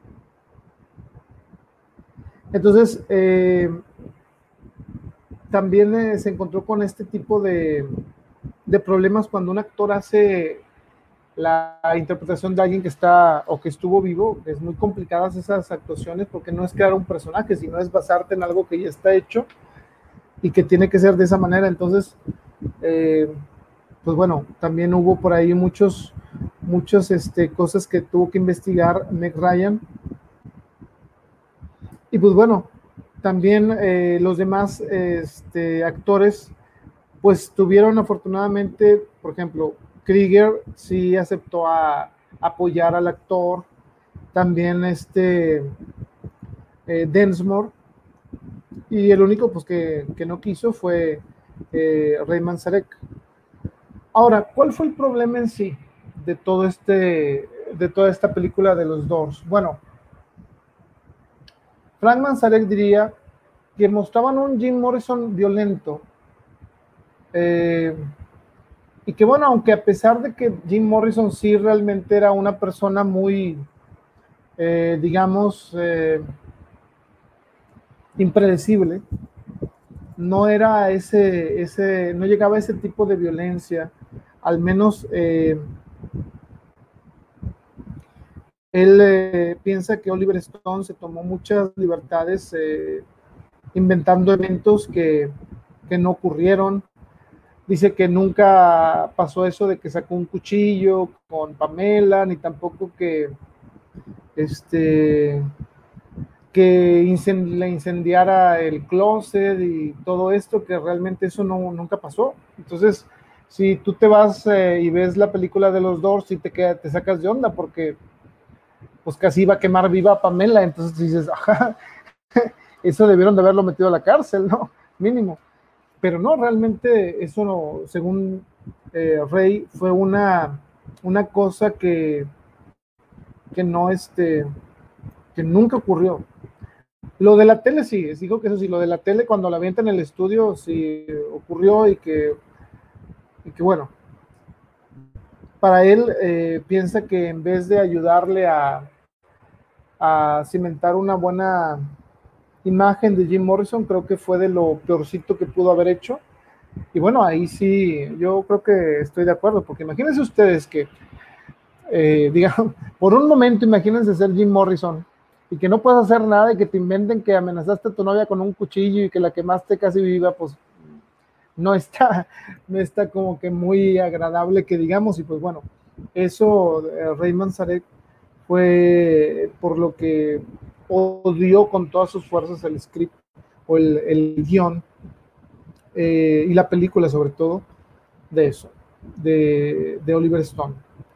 Entonces, eh, también eh, se encontró con este tipo de, de problemas cuando un actor hace la interpretación de alguien que está o que estuvo vivo. Es muy complicadas esas actuaciones, porque no es crear un personaje, sino es basarte en algo que ya está hecho y que tiene que ser de esa manera. Entonces, eh, pues bueno, también hubo por ahí muchos, muchas este, cosas que tuvo que investigar Meg Ryan. Y pues bueno, también eh, los demás este, actores, pues tuvieron afortunadamente, por ejemplo, Krieger sí aceptó a apoyar al actor, también este eh, Densmore, y el único pues que, que no quiso fue eh, Ray Manzarek. Ahora, ¿cuál fue el problema en sí de todo este, de toda esta película de los Doors? Bueno, Frank Manzarek diría que mostraban un Jim Morrison violento, eh, y que bueno, aunque a pesar de que Jim Morrison sí realmente era una persona muy, eh, digamos, eh, impredecible, no era ese, ese, no llegaba a ese tipo de violencia. Al menos eh, él eh, piensa que Oliver Stone se tomó muchas libertades eh, inventando eventos que, que no ocurrieron. Dice que nunca pasó eso de que sacó un cuchillo con Pamela, ni tampoco que este que incend le incendiara el closet y todo esto, que realmente eso no, nunca pasó. Entonces, si tú te vas eh, y ves la película de los Doors, y te, queda, te sacas de onda, porque pues casi iba a quemar viva a Pamela. Entonces dices, ajá, eso debieron de haberlo metido a la cárcel, ¿no? Mínimo. Pero no, realmente eso, no, según eh, Ray, fue una, una cosa que, que no, este, que nunca ocurrió. Lo de la tele sí, dijo que eso sí, lo de la tele cuando la avientan en el estudio sí ocurrió, y que, y que bueno, para él eh, piensa que en vez de ayudarle a, a cimentar una buena imagen de Jim Morrison, creo que fue de lo peorcito que pudo haber hecho. Y bueno, ahí sí, yo creo que estoy de acuerdo, porque imagínense ustedes que eh, digamos, por un momento imagínense ser Jim Morrison y que no puedas hacer nada y que te inventen que amenazaste a tu novia con un cuchillo y que la quemaste casi viva, pues no está, no está como que muy agradable que digamos, y pues bueno, eso eh, Ray Manzarek fue por lo que odió con todas sus fuerzas el script o el, el guión eh, y la película sobre todo de eso, de, de Oliver Stone.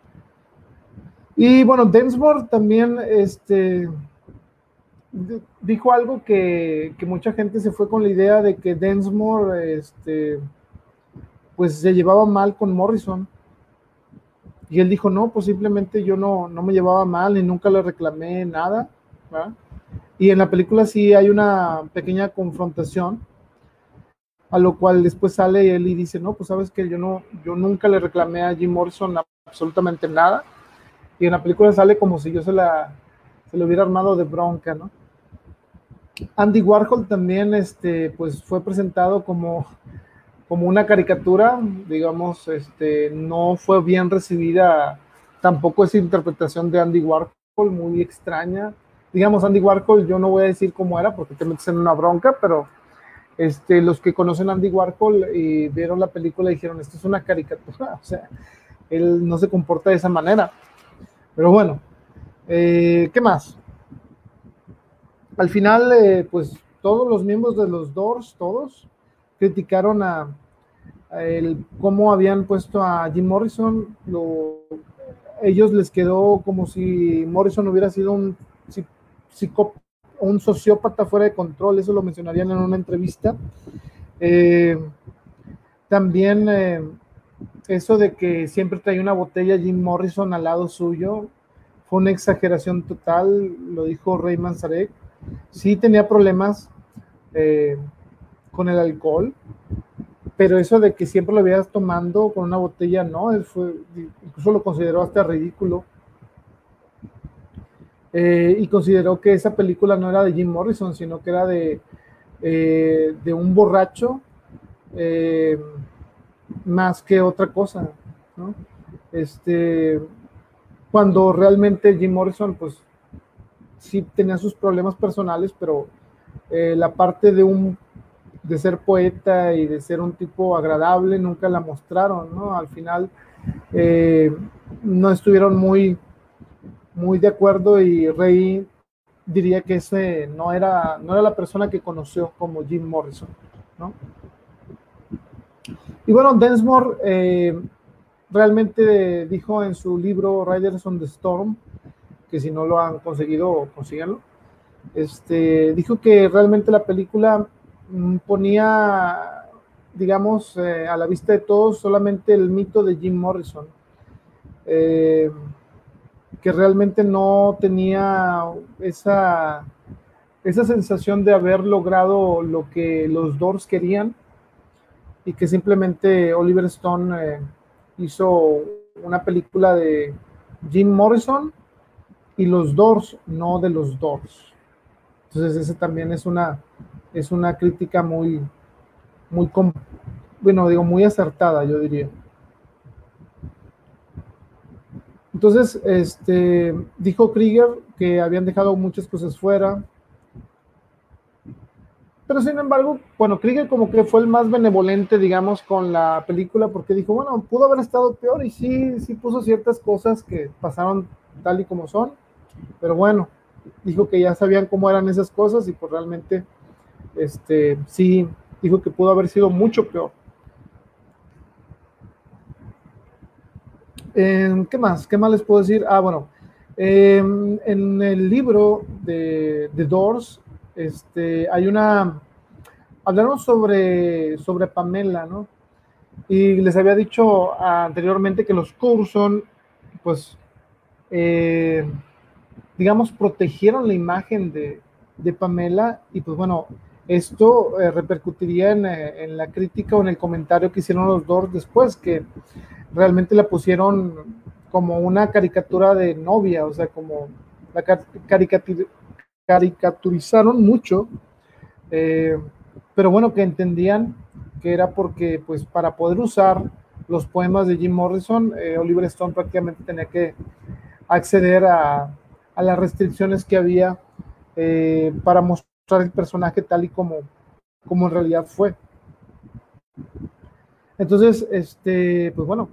Y bueno, Densmore también este, dijo algo que, que mucha gente se fue con la idea de que Densmore este, pues se llevaba mal con Morrison. Y él dijo, no, pues simplemente yo no, no me llevaba mal y nunca le reclamé nada, ¿verdad? Y en la película sí hay una pequeña confrontación, a lo cual después sale él y dice, no, pues sabes que yo, no, yo nunca le reclamé a Jim Morrison absolutamente nada. Y en la película sale como si yo se la, se le hubiera armado de bronca, ¿no? Andy Warhol también este, pues fue presentado como, como una caricatura, digamos, este, no fue bien recibida tampoco esa interpretación de Andy Warhol, muy extraña. Digamos, Andy Warhol, yo no voy a decir cómo era porque te metes en una bronca, pero este, los que conocen a Andy Warhol y vieron la película dijeron, esto es una caricatura, o sea, él no se comporta de esa manera. Pero bueno, eh, ¿qué más? Al final, eh, pues todos los miembros de los Doors, todos, criticaron a, a el, cómo habían puesto a Jim Morrison. Lo, ellos les quedó como si Morrison hubiera sido un, psicó, un sociópata fuera de control, eso lo mencionarían en una entrevista. Eh, también eh, eso de que siempre traía una botella Jim Morrison al lado suyo, fue una exageración total, lo dijo Ray Manzarek. Sí tenía problemas eh, con el alcohol, pero eso de que siempre lo veías tomando con una botella, no, él fue, incluso lo consideró hasta ridículo. Eh, y consideró que esa película no era de Jim Morrison, sino que era de, eh, de un borracho eh, más que otra cosa, ¿no? Este, cuando realmente Jim Morrison, pues, sí tenía sus problemas personales, pero eh, la parte de un de ser poeta y de ser un tipo agradable nunca la mostraron, ¿no? Al final eh, no estuvieron muy, muy de acuerdo y Ray diría que ese no era, no era la persona que conoció como Jim Morrison, ¿no? Y bueno, Densmore eh, realmente dijo en su libro Riders on the Storm, que si no lo han conseguido, consíganlo, este, dijo que realmente la película mm, ponía, digamos, eh, a la vista de todos solamente el mito de Jim Morrison, eh, que realmente no tenía esa, esa sensación de haber logrado lo que los Doors querían y que simplemente Oliver Stone eh, hizo una película de Jim Morrison y los Doors, no de los Doors. Entonces ese también es una, es una crítica muy, muy, bueno, digo, muy acertada, yo diría. Entonces, este, dijo Krieger que habían dejado muchas cosas fuera, pero sin embargo, bueno, Krieger como que fue el más benevolente, digamos, con la película, porque dijo, bueno, pudo haber estado peor y sí, sí puso ciertas cosas que pasaron tal y como son, pero bueno, dijo que ya sabían cómo eran esas cosas y pues realmente este, sí, dijo que pudo haber sido mucho peor. Eh, ¿Qué más? ¿Qué más les puedo decir? Ah, bueno, eh, en el libro de, de Doors este, hay una... Hablaron sobre, sobre Pamela, ¿no? Y les había dicho anteriormente que los Coulson, pues, eh, digamos, protegieron la imagen de, de Pamela y pues bueno, esto eh, repercutiría en, eh, en la crítica o en el comentario que hicieron los Doors después, que realmente la pusieron como una caricatura de novia, o sea, como la caricatur caricaturizaron mucho, eh, pero bueno, que entendían que era porque pues para poder usar los poemas de Jim Morrison, eh, Oliver Stone prácticamente tenía que acceder a, a las restricciones que había eh, para mostrar el personaje tal y como, como en realidad fue. Entonces, este, pues bueno,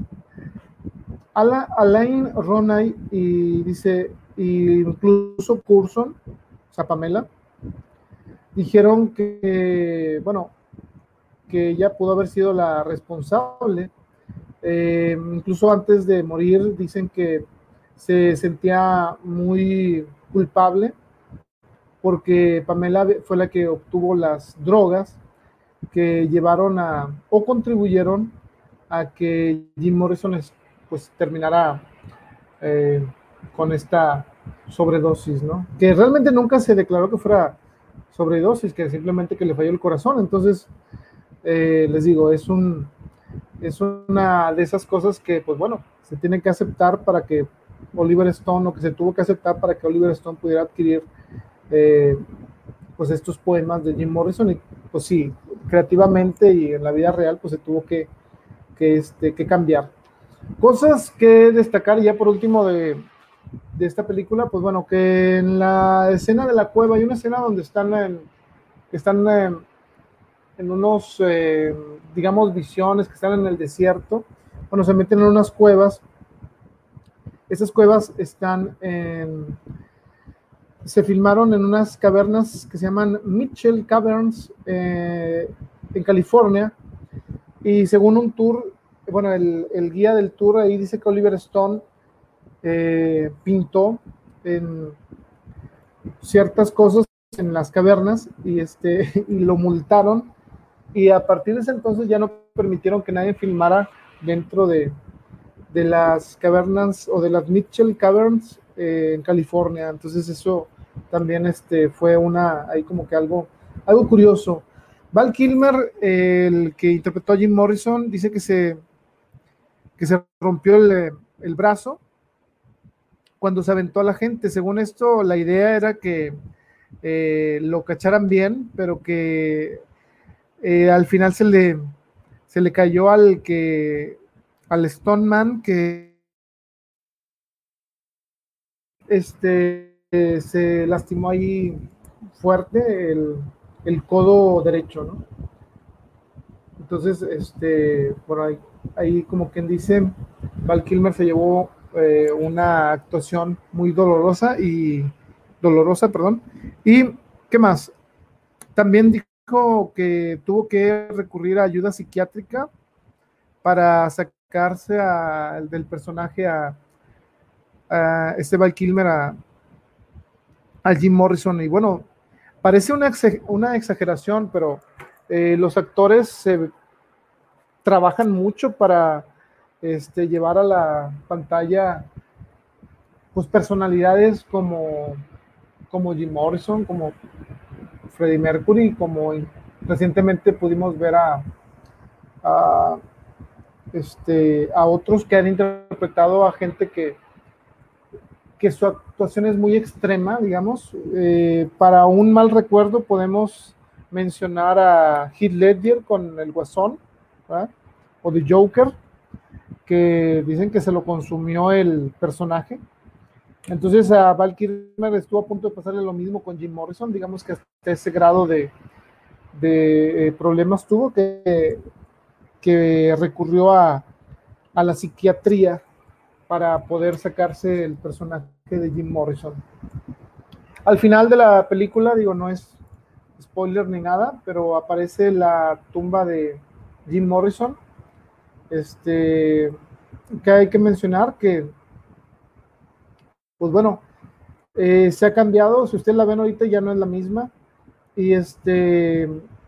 Ala, Alain Ronay y dice, y incluso Coulson, o sea, Pamela, dijeron que, bueno, que ella pudo haber sido la responsable. Eh, incluso antes de morir dicen que se sentía muy culpable porque Pamela fue la que obtuvo las drogas que llevaron a, o contribuyeron a que Jim Morrison pues terminara eh, con esta sobredosis, ¿no? Que realmente nunca se declaró que fuera sobredosis, que simplemente que le falló el corazón. Entonces, eh, les digo, es un es una de esas cosas que, pues bueno, se tienen que aceptar para que Oliver Stone, o que se tuvo que aceptar para que Oliver Stone pudiera adquirir eh, pues estos poemas de Jim Morrison. Y pues sí, creativamente y en la vida real, pues se tuvo que, que, este, que cambiar. Cosas que destacar ya por último de, de esta película, pues bueno, que en la escena de la cueva hay una escena donde están en, están en, en unos, eh, digamos, visiones que están en el desierto. Bueno, se meten en unas cuevas. Esas cuevas están en, se filmaron en unas cavernas que se llaman Mitchell Caverns eh, en California, y según un tour, bueno, el, el guía del tour ahí dice que Oliver Stone eh, pintó en ciertas cosas en las cavernas y, este, y lo multaron, y a partir de ese entonces ya no permitieron que nadie filmara dentro de, de las cavernas o de las Mitchell Caverns eh, en California. Entonces eso también este, fue una, ahí como que algo, algo curioso. Val Kilmer, eh, el que interpretó a Jim Morrison, dice que se, que se rompió el, el brazo cuando se aventó a la gente. Según esto, la idea era que eh, lo cacharan bien, pero que eh, al final se le, se le cayó al que al Stoneman, que este, eh, se lastimó ahí fuerte el, el codo derecho, ¿no? Entonces, este, bueno, ahí, ahí como quien dice, Val Kilmer se llevó eh, una actuación muy dolorosa y dolorosa, perdón. ¿Y qué más? También dijo que tuvo que recurrir a ayuda psiquiátrica para sacarse a, del personaje a, a este Val Kilmer, a, a Jim Morrison. Y bueno, parece una, una exageración, pero eh, los actores se trabajan mucho para este, llevar a la pantalla pues personalidades como, como Jim Morrison, como Freddie Mercury, como recientemente pudimos ver a, a, este, a otros que han interpretado a gente que, que su actuación es muy extrema, digamos. Eh, para un mal recuerdo podemos mencionar a Heath Ledger con el Guasón, ¿verdad? O The Joker, que dicen que se lo consumió el personaje. Entonces a Val Kilmer estuvo a punto de pasarle lo mismo con Jim Morrison, digamos que hasta ese grado de, de eh, problemas tuvo que, que recurrió a, a la psiquiatría para poder sacarse el personaje de Jim Morrison. Al final de la película, digo, no es spoiler ni nada, pero aparece la tumba de Jim Morrison. Este, que hay que mencionar que, pues bueno, eh, se ha cambiado. Si ustedes la ven ahorita ya no es la misma. Y este,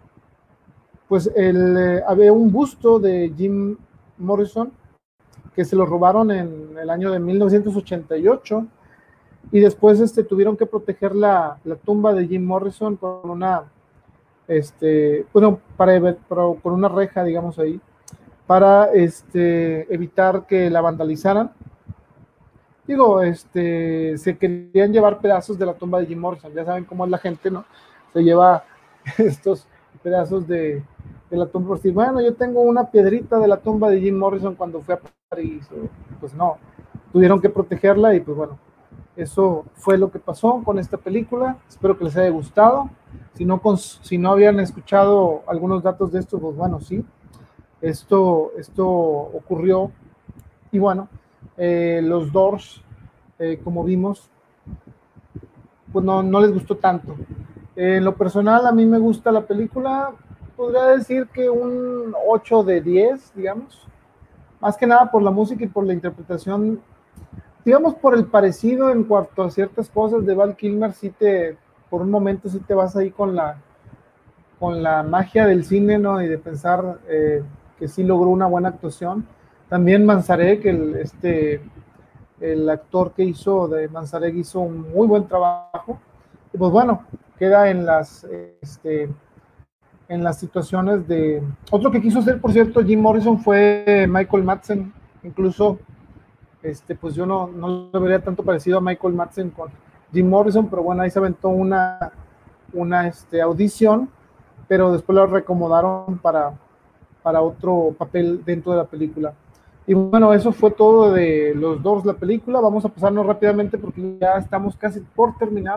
pues el, eh, había un busto de Jim Morrison que se lo robaron en el año de mil novecientos ochenta y ocho, y después este, tuvieron que proteger la, la tumba de Jim Morrison con una, este, bueno, para, para, con una reja, digamos ahí, para este, evitar que la vandalizaran. Digo, este, se querían llevar pedazos de la tumba de Jim Morrison. Ya saben cómo es la gente, ¿no? Se lleva estos pedazos de, de la tumba por decir, bueno, yo tengo una piedrita de la tumba de Jim Morrison cuando fui a París. Pues no. tuvieron que protegerla y pues bueno, eso fue lo que pasó con esta película. Espero que les haya gustado. Si no, con, si no habían escuchado algunos datos de esto, pues bueno, sí, esto, esto ocurrió. Y bueno, eh, los Doors, eh, como vimos, pues no, no les gustó tanto. Eh, en lo personal, a mí me gusta la película, podría decir que un ocho de diez, digamos, más que nada por la música y por la interpretación, digamos por el parecido en cuanto a ciertas cosas de Val Kilmer. Sí te, por un momento sí te vas ahí con la, con la magia del cine, ¿no? Y de pensar eh, que sí logró una buena actuación. También Manzarek, el, este, el actor que hizo de Manzarek, hizo un muy buen trabajo. Y pues bueno, queda en las, este, en las situaciones de... Otro que quiso hacer, por cierto, Jim Morrison, fue Michael Madsen. Incluso, este, pues yo no, no le vería tanto parecido a Michael Madsen con Jim Morrison, pero bueno, ahí se aventó una, una este, audición, pero después lo reacomodaron para, para otro papel dentro de la película. Y bueno, eso fue todo de los Doors, la película. Vamos a pasarnos rápidamente porque ya estamos casi por terminar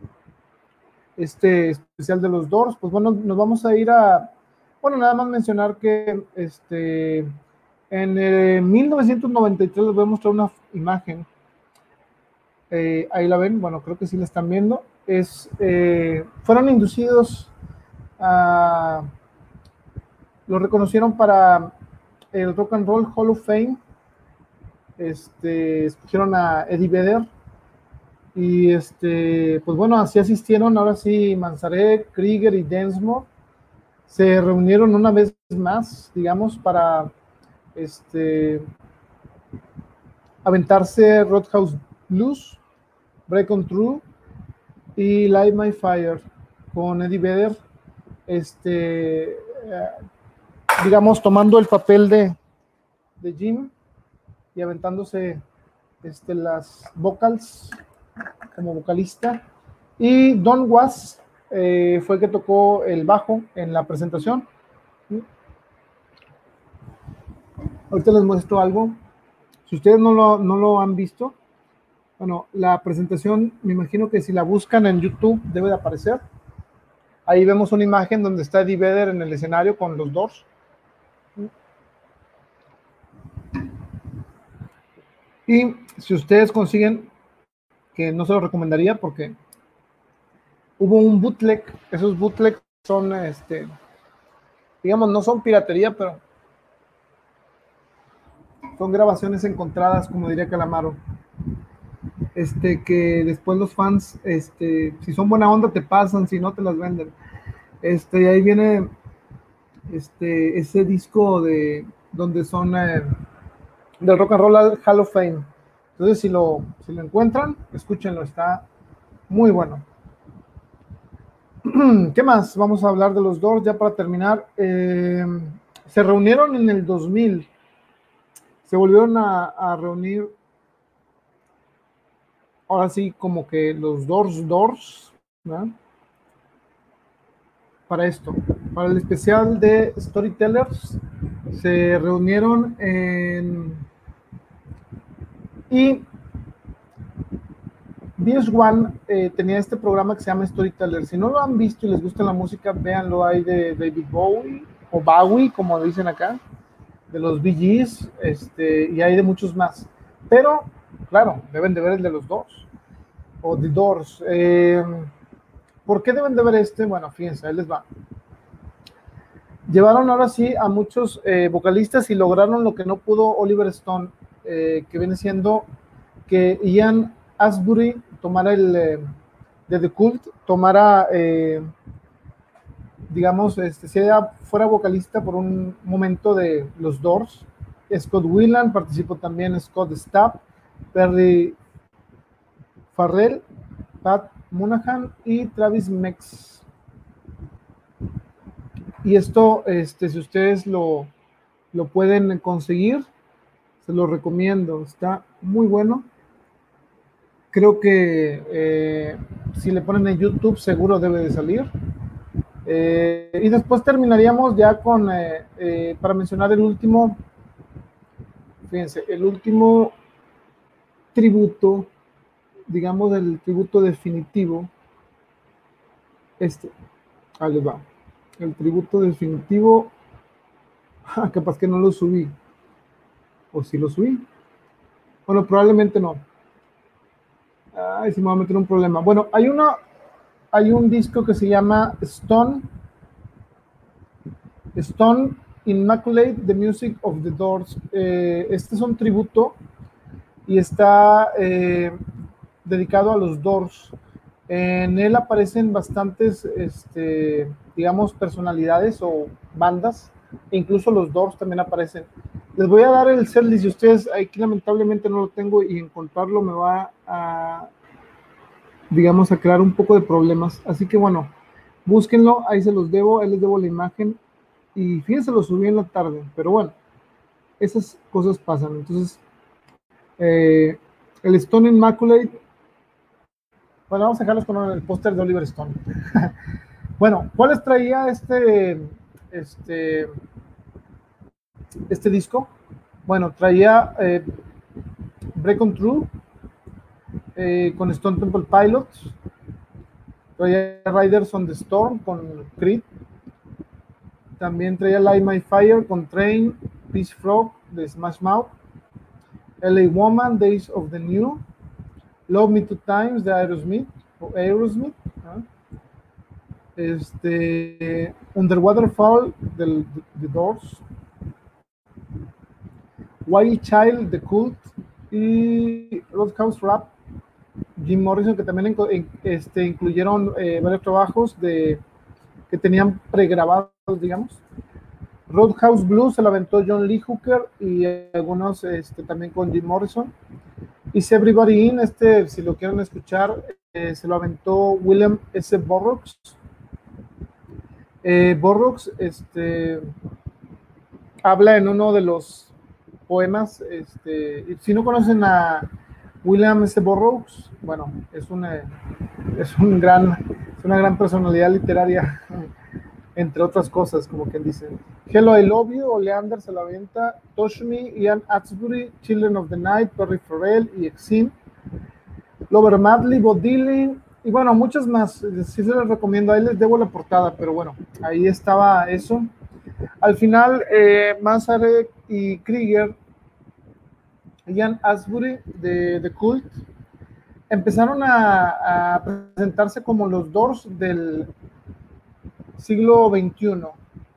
este especial de los Doors. Pues bueno, nos vamos a ir a, bueno, nada más mencionar que este, en eh, mil novecientos noventa y tres les voy a mostrar una imagen. Eh, ahí la ven, bueno, creo que sí la están viendo. Es, eh, fueron inducidos a, lo reconocieron para el Rock and Roll Hall of Fame. Este, escogieron a Eddie Vedder y este, pues bueno, así asistieron. Ahora sí, Manzarek, Krieger y Densmore se reunieron una vez más, digamos, para este, aventarse Roadhouse Blues, Break On Through y Light My Fire con Eddie Vedder, este, eh, digamos, tomando el papel de, de Jim y aventándose este, las vocals como vocalista. Y Don Was eh, fue el que tocó el bajo en la presentación. Ahorita les muestro algo. Si ustedes no lo, no lo han visto, bueno, la presentación, me imagino que si la buscan en YouTube debe de aparecer. Ahí vemos una imagen donde está Eddie Vedder en el escenario con los Doors. Y si ustedes consiguen, que no se lo recomendaría porque hubo un bootleg. Esos bootlegs son, este, digamos, no son piratería, pero son grabaciones encontradas, como diría Calamaro. Este, que después los fans, este, si son buena onda te pasan, si no te las venden. Este, y ahí viene este, ese disco de donde son eh, del Rock and Roll Hall of Fame. Entonces, si lo, si lo encuentran, escúchenlo, está muy bueno. ¿Qué más? Vamos a hablar de los Doors ya para terminar. Eh, se reunieron en el dos mil, se volvieron a, a reunir, ahora sí, como que los Doors Doors, ¿verdad? Para esto, para el especial de Storytellers, se reunieron en... Y V S uno eh, tenía este programa que se llama Storyteller. Si no lo han visto y les gusta la música, véanlo. Hay de David Bowie, o Bowie, como dicen acá, de los Bee Gees, este, y hay de muchos más. Pero, claro, deben de ver el de los Doors, o The Doors. Eh, ¿Por qué deben de ver este? Bueno, fíjense, ahí les va. Llevaron ahora sí a muchos eh, vocalistas y lograron lo que no pudo Oliver Stone, eh, que viene siendo que Ian Astbury tomara el eh, de The Cult, tomara, eh, digamos, este, si ella fuera vocalista por un momento de los Doors. Scott Weiland participó también, Scott Stapp, Perry Farrell, Pat Monahan y Travis Mex. Y esto, este, si ustedes lo, lo pueden conseguir, se lo recomiendo, está muy bueno. Creo que eh, si le ponen en YouTube seguro debe de salir. Eh, y después terminaríamos ya con, eh, eh, para mencionar el último, fíjense, el último tributo, digamos el tributo definitivo, este, ahí les va, el tributo definitivo, ah, capaz que no lo subí, o si lo subí, bueno, probablemente no, ay, si me va a meter un problema, bueno, hay una, hay un disco que se llama Stone, Stone Immaculate, The Music of the Doors, eh, este es un tributo, y está eh, dedicado a los Doors. En él aparecen bastantes, este, digamos, personalidades o bandas, e incluso los Doors también aparecen. Les voy a dar el setlist y ustedes, aquí lamentablemente no lo tengo y encontrarlo me va a, digamos, a crear un poco de problemas. Así que bueno, búsquenlo, ahí se los debo, ahí les debo la imagen y fíjense, lo subí en la tarde, pero bueno, esas cosas pasan. Entonces, eh, el Stone Immaculate, bueno, vamos a dejarlos con el póster de Oliver Stone. Bueno, ¿cuáles traía este, este, este disco? Bueno, traía eh, Break On Through eh, con Stone Temple Pilots, traía Riders on the Storm con Creed, también traía Light My Fire con Train, Peace Frog de Smash Mouth, L A Woman, Days of the New, Love Me Two Times de Aerosmith, o Aerosmith, ¿no? Este, Underwater Fall del The Doors, Wild Child, The Cult y Roadhouse Rap, Jim Morrison, que también este, incluyeron eh, varios trabajos de, que tenían pregrabados, digamos. Roadhouse Blues se lo aventó John Lee Hooker y algunos este, también con Jim Morrison. Y Everybody In, este, si lo quieren escuchar, eh, se lo aventó William S. Burroughs. Eh, Burroughs este, habla en uno de los poemas, este, si no conocen a William S. Burroughs, bueno, es una, es un gran, es una gran personalidad literaria, entre otras cosas, como quien dice. Hello, I Love You, Oleander se la avienta, Touch Me, Ian Astbury, Children of the Night, Perry Farrell y Exim, Lover Madley, Bob Dylan, y bueno, muchas más. Sí se les recomiendo, ahí les debo la portada, pero bueno, ahí estaba eso. Al final, eh, Manzarek y Krieger, Ian Astbury de The Cult, empezaron a, a presentarse como los Doors del siglo veintiuno.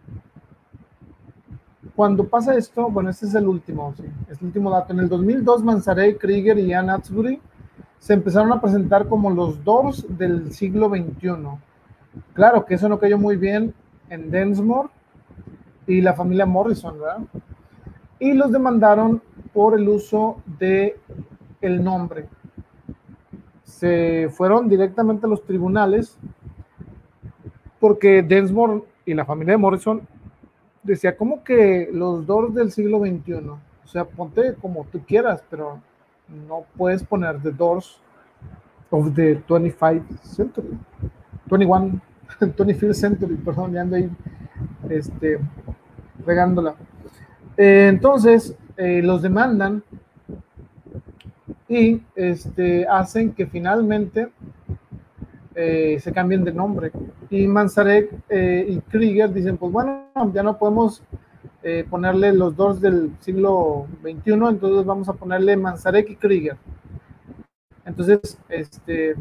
Cuando pasa esto, bueno, este es el último, sí, es el último dato. En el dos mil dos, Manzarek, Krieger y Ian Astbury se empezaron a presentar como los Doors del siglo veintiuno. Claro que eso no cayó muy bien en Densmore y la familia Morrison, ¿verdad? Y los demandaron por el uso de el nombre. Se fueron directamente a los tribunales porque Densmore y la familia de Morrison decía, ¿cómo que los Doors del siglo veintiuno? O sea, ponte como tú quieras, pero no puedes poner The Doors of the twenty-fifth century, twenty-one, twenty-fifth century, perdón, ya ando ahí este, regándola. Eh, entonces, eh, los demandan y este, hacen que finalmente eh, se cambien de nombre. Y Manzarek eh, y Krieger dicen, pues bueno, ya no podemos eh, ponerle los Doors del siglo veintiuno, entonces vamos a ponerle Manzarek y Krieger. Entonces, este,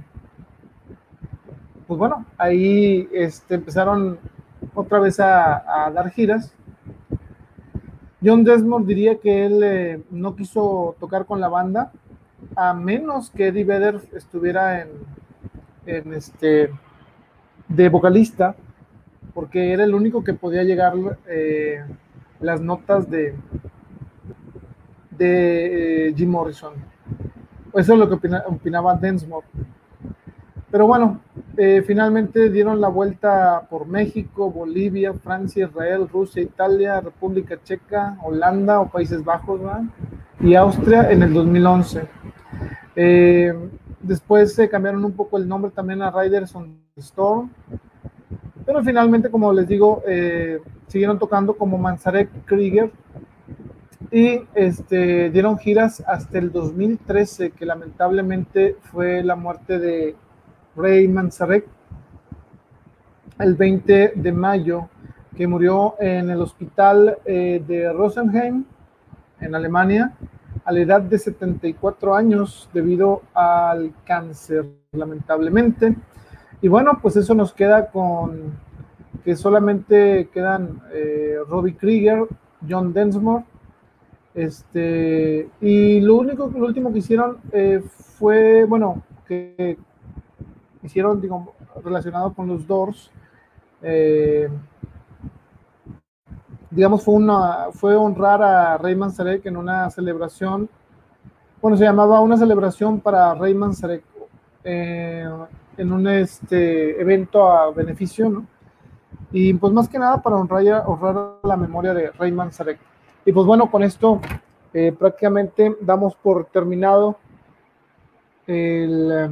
pues bueno, ahí este, empezaron otra vez a, a dar giras. John Densmore diría que él eh, no quiso tocar con la banda, a menos que Eddie Vedder estuviera en, en este, de vocalista, porque era el único que podía llegar eh, las notas de, de eh, Jim Morrison. Eso es lo que opina, opinaba Densmore. Pero bueno, eh, finalmente dieron la vuelta por México, Bolivia, Francia, Israel, Rusia, Italia, República Checa, Holanda o Países Bajos, ¿verdad? Y Austria en el dos mil once. Eh, después se cambiaron un poco el nombre también a Riders on the Storm, pero finalmente, como les digo, eh, siguieron tocando como Manzarek, Krieger y este, dieron giras hasta el dos mil trece, que lamentablemente fue la muerte de Ray Manzarek, el veinte de mayo, que murió en el hospital eh, de Rosenheim, en Alemania, a la edad de setenta y cuatro años, debido al cáncer, lamentablemente. Y bueno, pues eso nos queda con que solamente quedan eh, Robbie Krieger, John Densmore, este, y lo único, lo último que hicieron eh, fue, bueno, que hicieron, digo, relacionado con los Doors, eh, digamos, fue, una, fue honrar a Ray Manzarek en una celebración, bueno, se llamaba una celebración para Ray Manzarek, eh, en un este, evento a beneficio, ¿no? Y pues más que nada para honrar, honrar la memoria de Ray Manzarek. Y pues bueno, con esto eh, prácticamente damos por terminado el,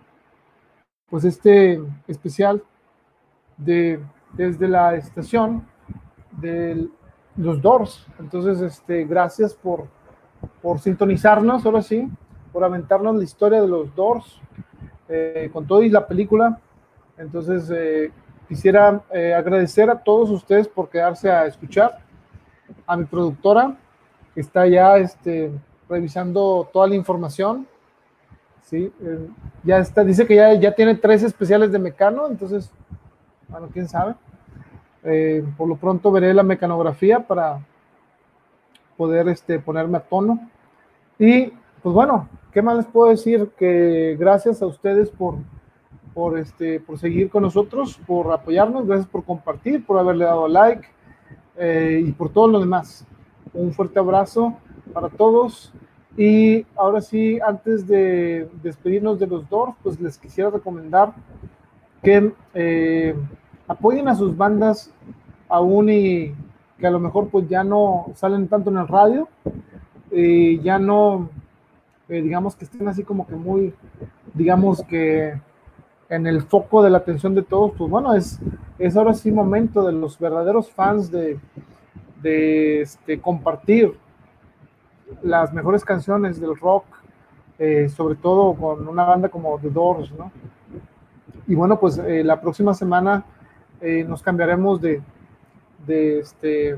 pues este especial de, desde la estación de los Doors. Entonces, este, gracias por, por sintonizarnos, ahora sí, por aventarnos la historia de los Doors, eh, con todo y la película. Entonces, eh, quisiera eh, agradecer a todos ustedes por quedarse a escuchar, a mi productora, que está ya este, revisando toda la información. ¿Sí? Eh, ya está, dice que ya, ya tiene tres especiales de Mecano, entonces, bueno, quién sabe. Eh, por lo pronto veré la mecanografía para poder este, ponerme a tono. Y pues bueno, ¿qué más les puedo decir? Que gracias a ustedes por, por, este, por seguir con nosotros, por apoyarnos, gracias por compartir, por haberle dado like eh, y por todo lo demás. Un fuerte abrazo para todos. Y ahora sí, antes de despedirnos de los Doors, pues les quisiera recomendar que eh, apoyen a sus bandas aún y que a lo mejor pues ya no salen tanto en el radio, eh, ya no, eh, digamos que estén así como que muy, digamos que en el foco de la atención de todos. Pues bueno, es, es ahora sí momento de los verdaderos fans de, de este, compartir las mejores canciones del rock, eh, sobre todo con una banda como The Doors, ¿no? Y bueno, pues eh, la próxima semana eh, nos cambiaremos de, de, este,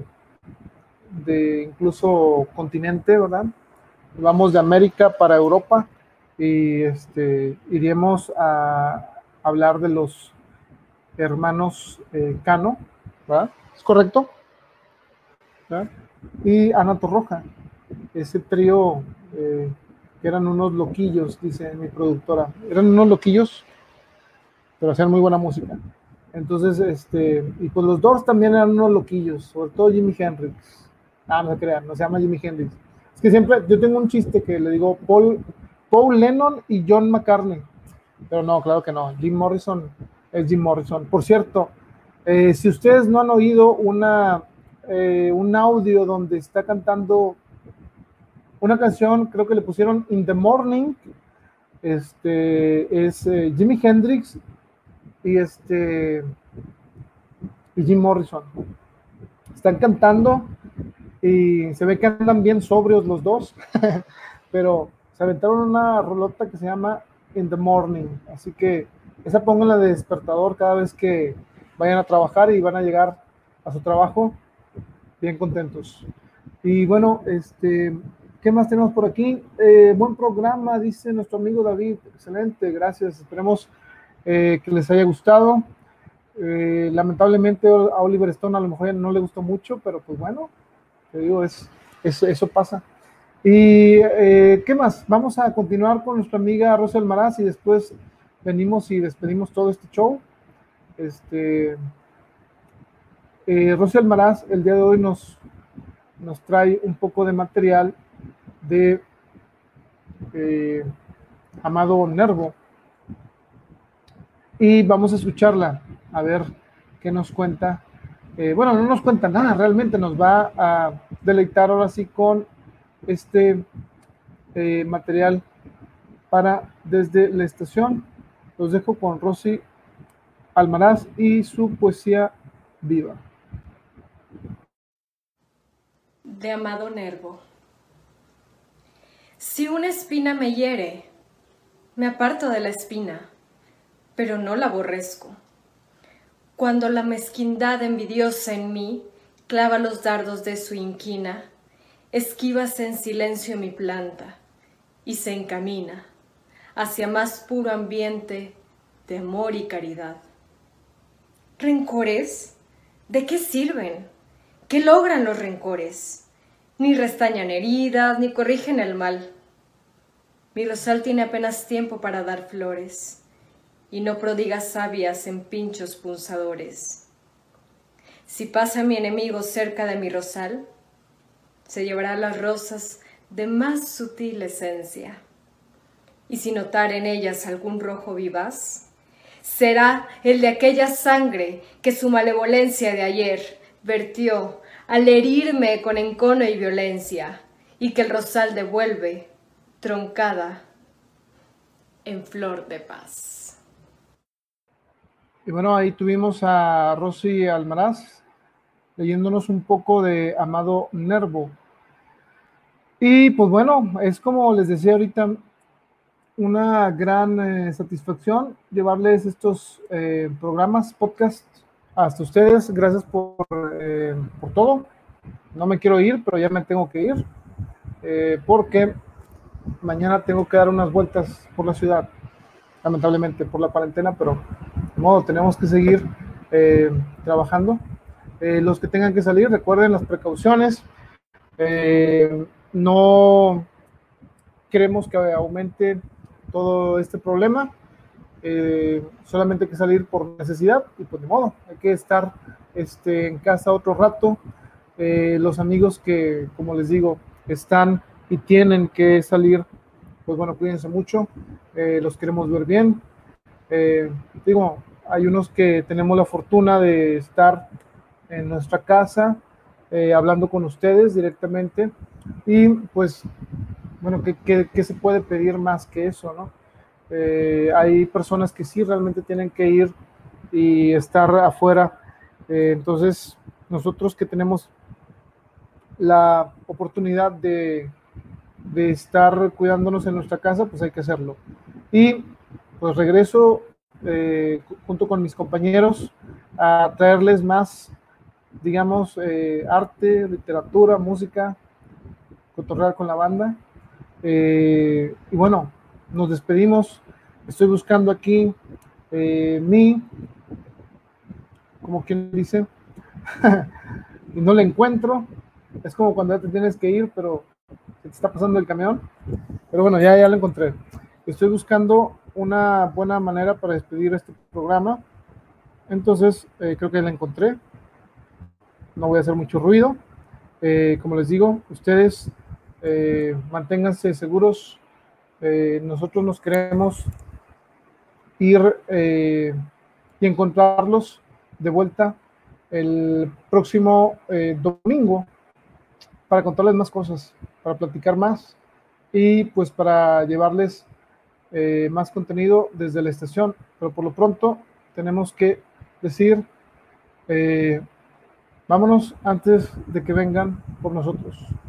de incluso continente, ¿verdad? Vamos de América para Europa y este, iremos a hablar de los hermanos eh, Cano, ¿verdad? ¿Es correcto? ¿verdad? Y Ana Torroja, ese trío eh, que eran unos loquillos, dice mi productora. Eran unos loquillos, pero hacían muy buena música. Entonces, este, y pues los Doors también eran unos loquillos, sobre todo Jimi Hendrix. Ah, no se crean, no se llama Jimi Hendrix. Es que siempre, yo tengo un chiste que le digo Paul, Paul Lennon y John McCartney, pero no, claro que no. Jim Morrison es Jim Morrison. Por cierto, eh, si ustedes no han oído una, eh, un audio donde está cantando una canción, creo que le pusieron In the Morning, este, es eh, Jimi Hendrix y este y Jim Morrison. Están cantando y se ve que andan bien sobrios los dos, pero se aventaron una rolota que se llama In the Morning, así que esa pónganla de despertador cada vez que vayan a trabajar y van a llegar a su trabajo bien contentos. Y bueno, este, ¿qué más tenemos por aquí? Eh, buen programa, dice nuestro amigo David. Excelente, gracias. Esperemos eh, que les haya gustado. Eh, lamentablemente a Oliver Stone a lo mejor no le gustó mucho, pero pues bueno, te digo, es, es eso pasa. Y eh, ¿qué más? Vamos a continuar con nuestra amiga Rosa Almaraz y después venimos y despedimos todo este show. Este, eh, Rosa Almaraz el día de hoy nos, nos trae un poco de material de eh, Amado Nervo y vamos a escucharla a ver qué nos cuenta. Eh, bueno, no nos cuenta nada, realmente nos va a deleitar ahora sí con este eh, material para Desde la Estación. Los dejo con Rosy Almaraz y su poesía viva. de Amado Nervo. Si una espina me hiere, me aparto de la espina, pero no la aborrezco. Cuando la mezquindad envidiosa en mí clava los dardos de su inquina, esquívase en silencio mi planta y se encamina hacia más puro ambiente de amor y caridad. ¿Rencores? ¿De qué sirven? ¿Qué logran los rencores? Ni restañan heridas, ni corrigen el mal. Mi rosal tiene apenas tiempo para dar flores, y no prodiga sabias en pinchos punzadores. Si pasa mi enemigo cerca de mi rosal, se llevará las rosas de más sutil esencia. Y si notar en ellas algún rojo vivaz, será el de aquella sangre que su malevolencia de ayer vertió al herirme con encono y violencia, y que el rosal devuelve, troncada, en flor de paz. Y bueno, ahí tuvimos a Rosy Almaraz leyéndonos un poco de Amado Nervo. Y pues bueno, es como les decía ahorita, una gran eh, satisfacción llevarles estos eh, programas, podcasts, hasta ustedes. Gracias por, eh, por todo. No me quiero ir, pero ya me tengo que ir, eh, porque mañana tengo que dar unas vueltas por la ciudad, lamentablemente por la cuarentena, pero de modo tenemos que seguir eh, trabajando. Eh, los que tengan que salir, recuerden las precauciones. Eh, no queremos que aumente todo este problema, eh, solamente hay que salir por necesidad y pues de modo, hay que estar este, en casa otro rato. Eh, los amigos que, como les digo, están y tienen que salir, pues bueno, cuídense mucho, eh, los queremos ver bien. Eh, digo, hay unos que tenemos la fortuna de estar en nuestra casa, eh, hablando con ustedes directamente, y pues bueno, ¿qué, qué, qué se puede pedir más que eso, no? Eh, hay personas que sí realmente tienen que ir y estar afuera, eh, entonces nosotros que tenemos la oportunidad de, de estar cuidándonos en nuestra casa, pues hay que hacerlo. Y pues regreso eh, junto con mis compañeros a traerles más, digamos, eh, arte, literatura, música, cotorrear con la banda. Eh, y bueno, nos despedimos. Estoy buscando aquí eh, mi, como quien dice, y no la encuentro. Es como cuando ya te tienes que ir, pero se te está pasando el camión. Pero bueno, ya, ya la encontré. Estoy buscando una buena manera para despedir este programa. Entonces, eh, creo que la encontré. No voy a hacer mucho ruido. Eh, como les digo, ustedes eh, manténganse seguros. Eh, nosotros nos queremos ir eh, y encontrarlos de vuelta el próximo eh, domingo para contarles más cosas, para platicar más y pues para llevarles eh, más contenido desde la estación. Pero por lo pronto tenemos que decir eh, vámonos antes de que vengan por nosotros.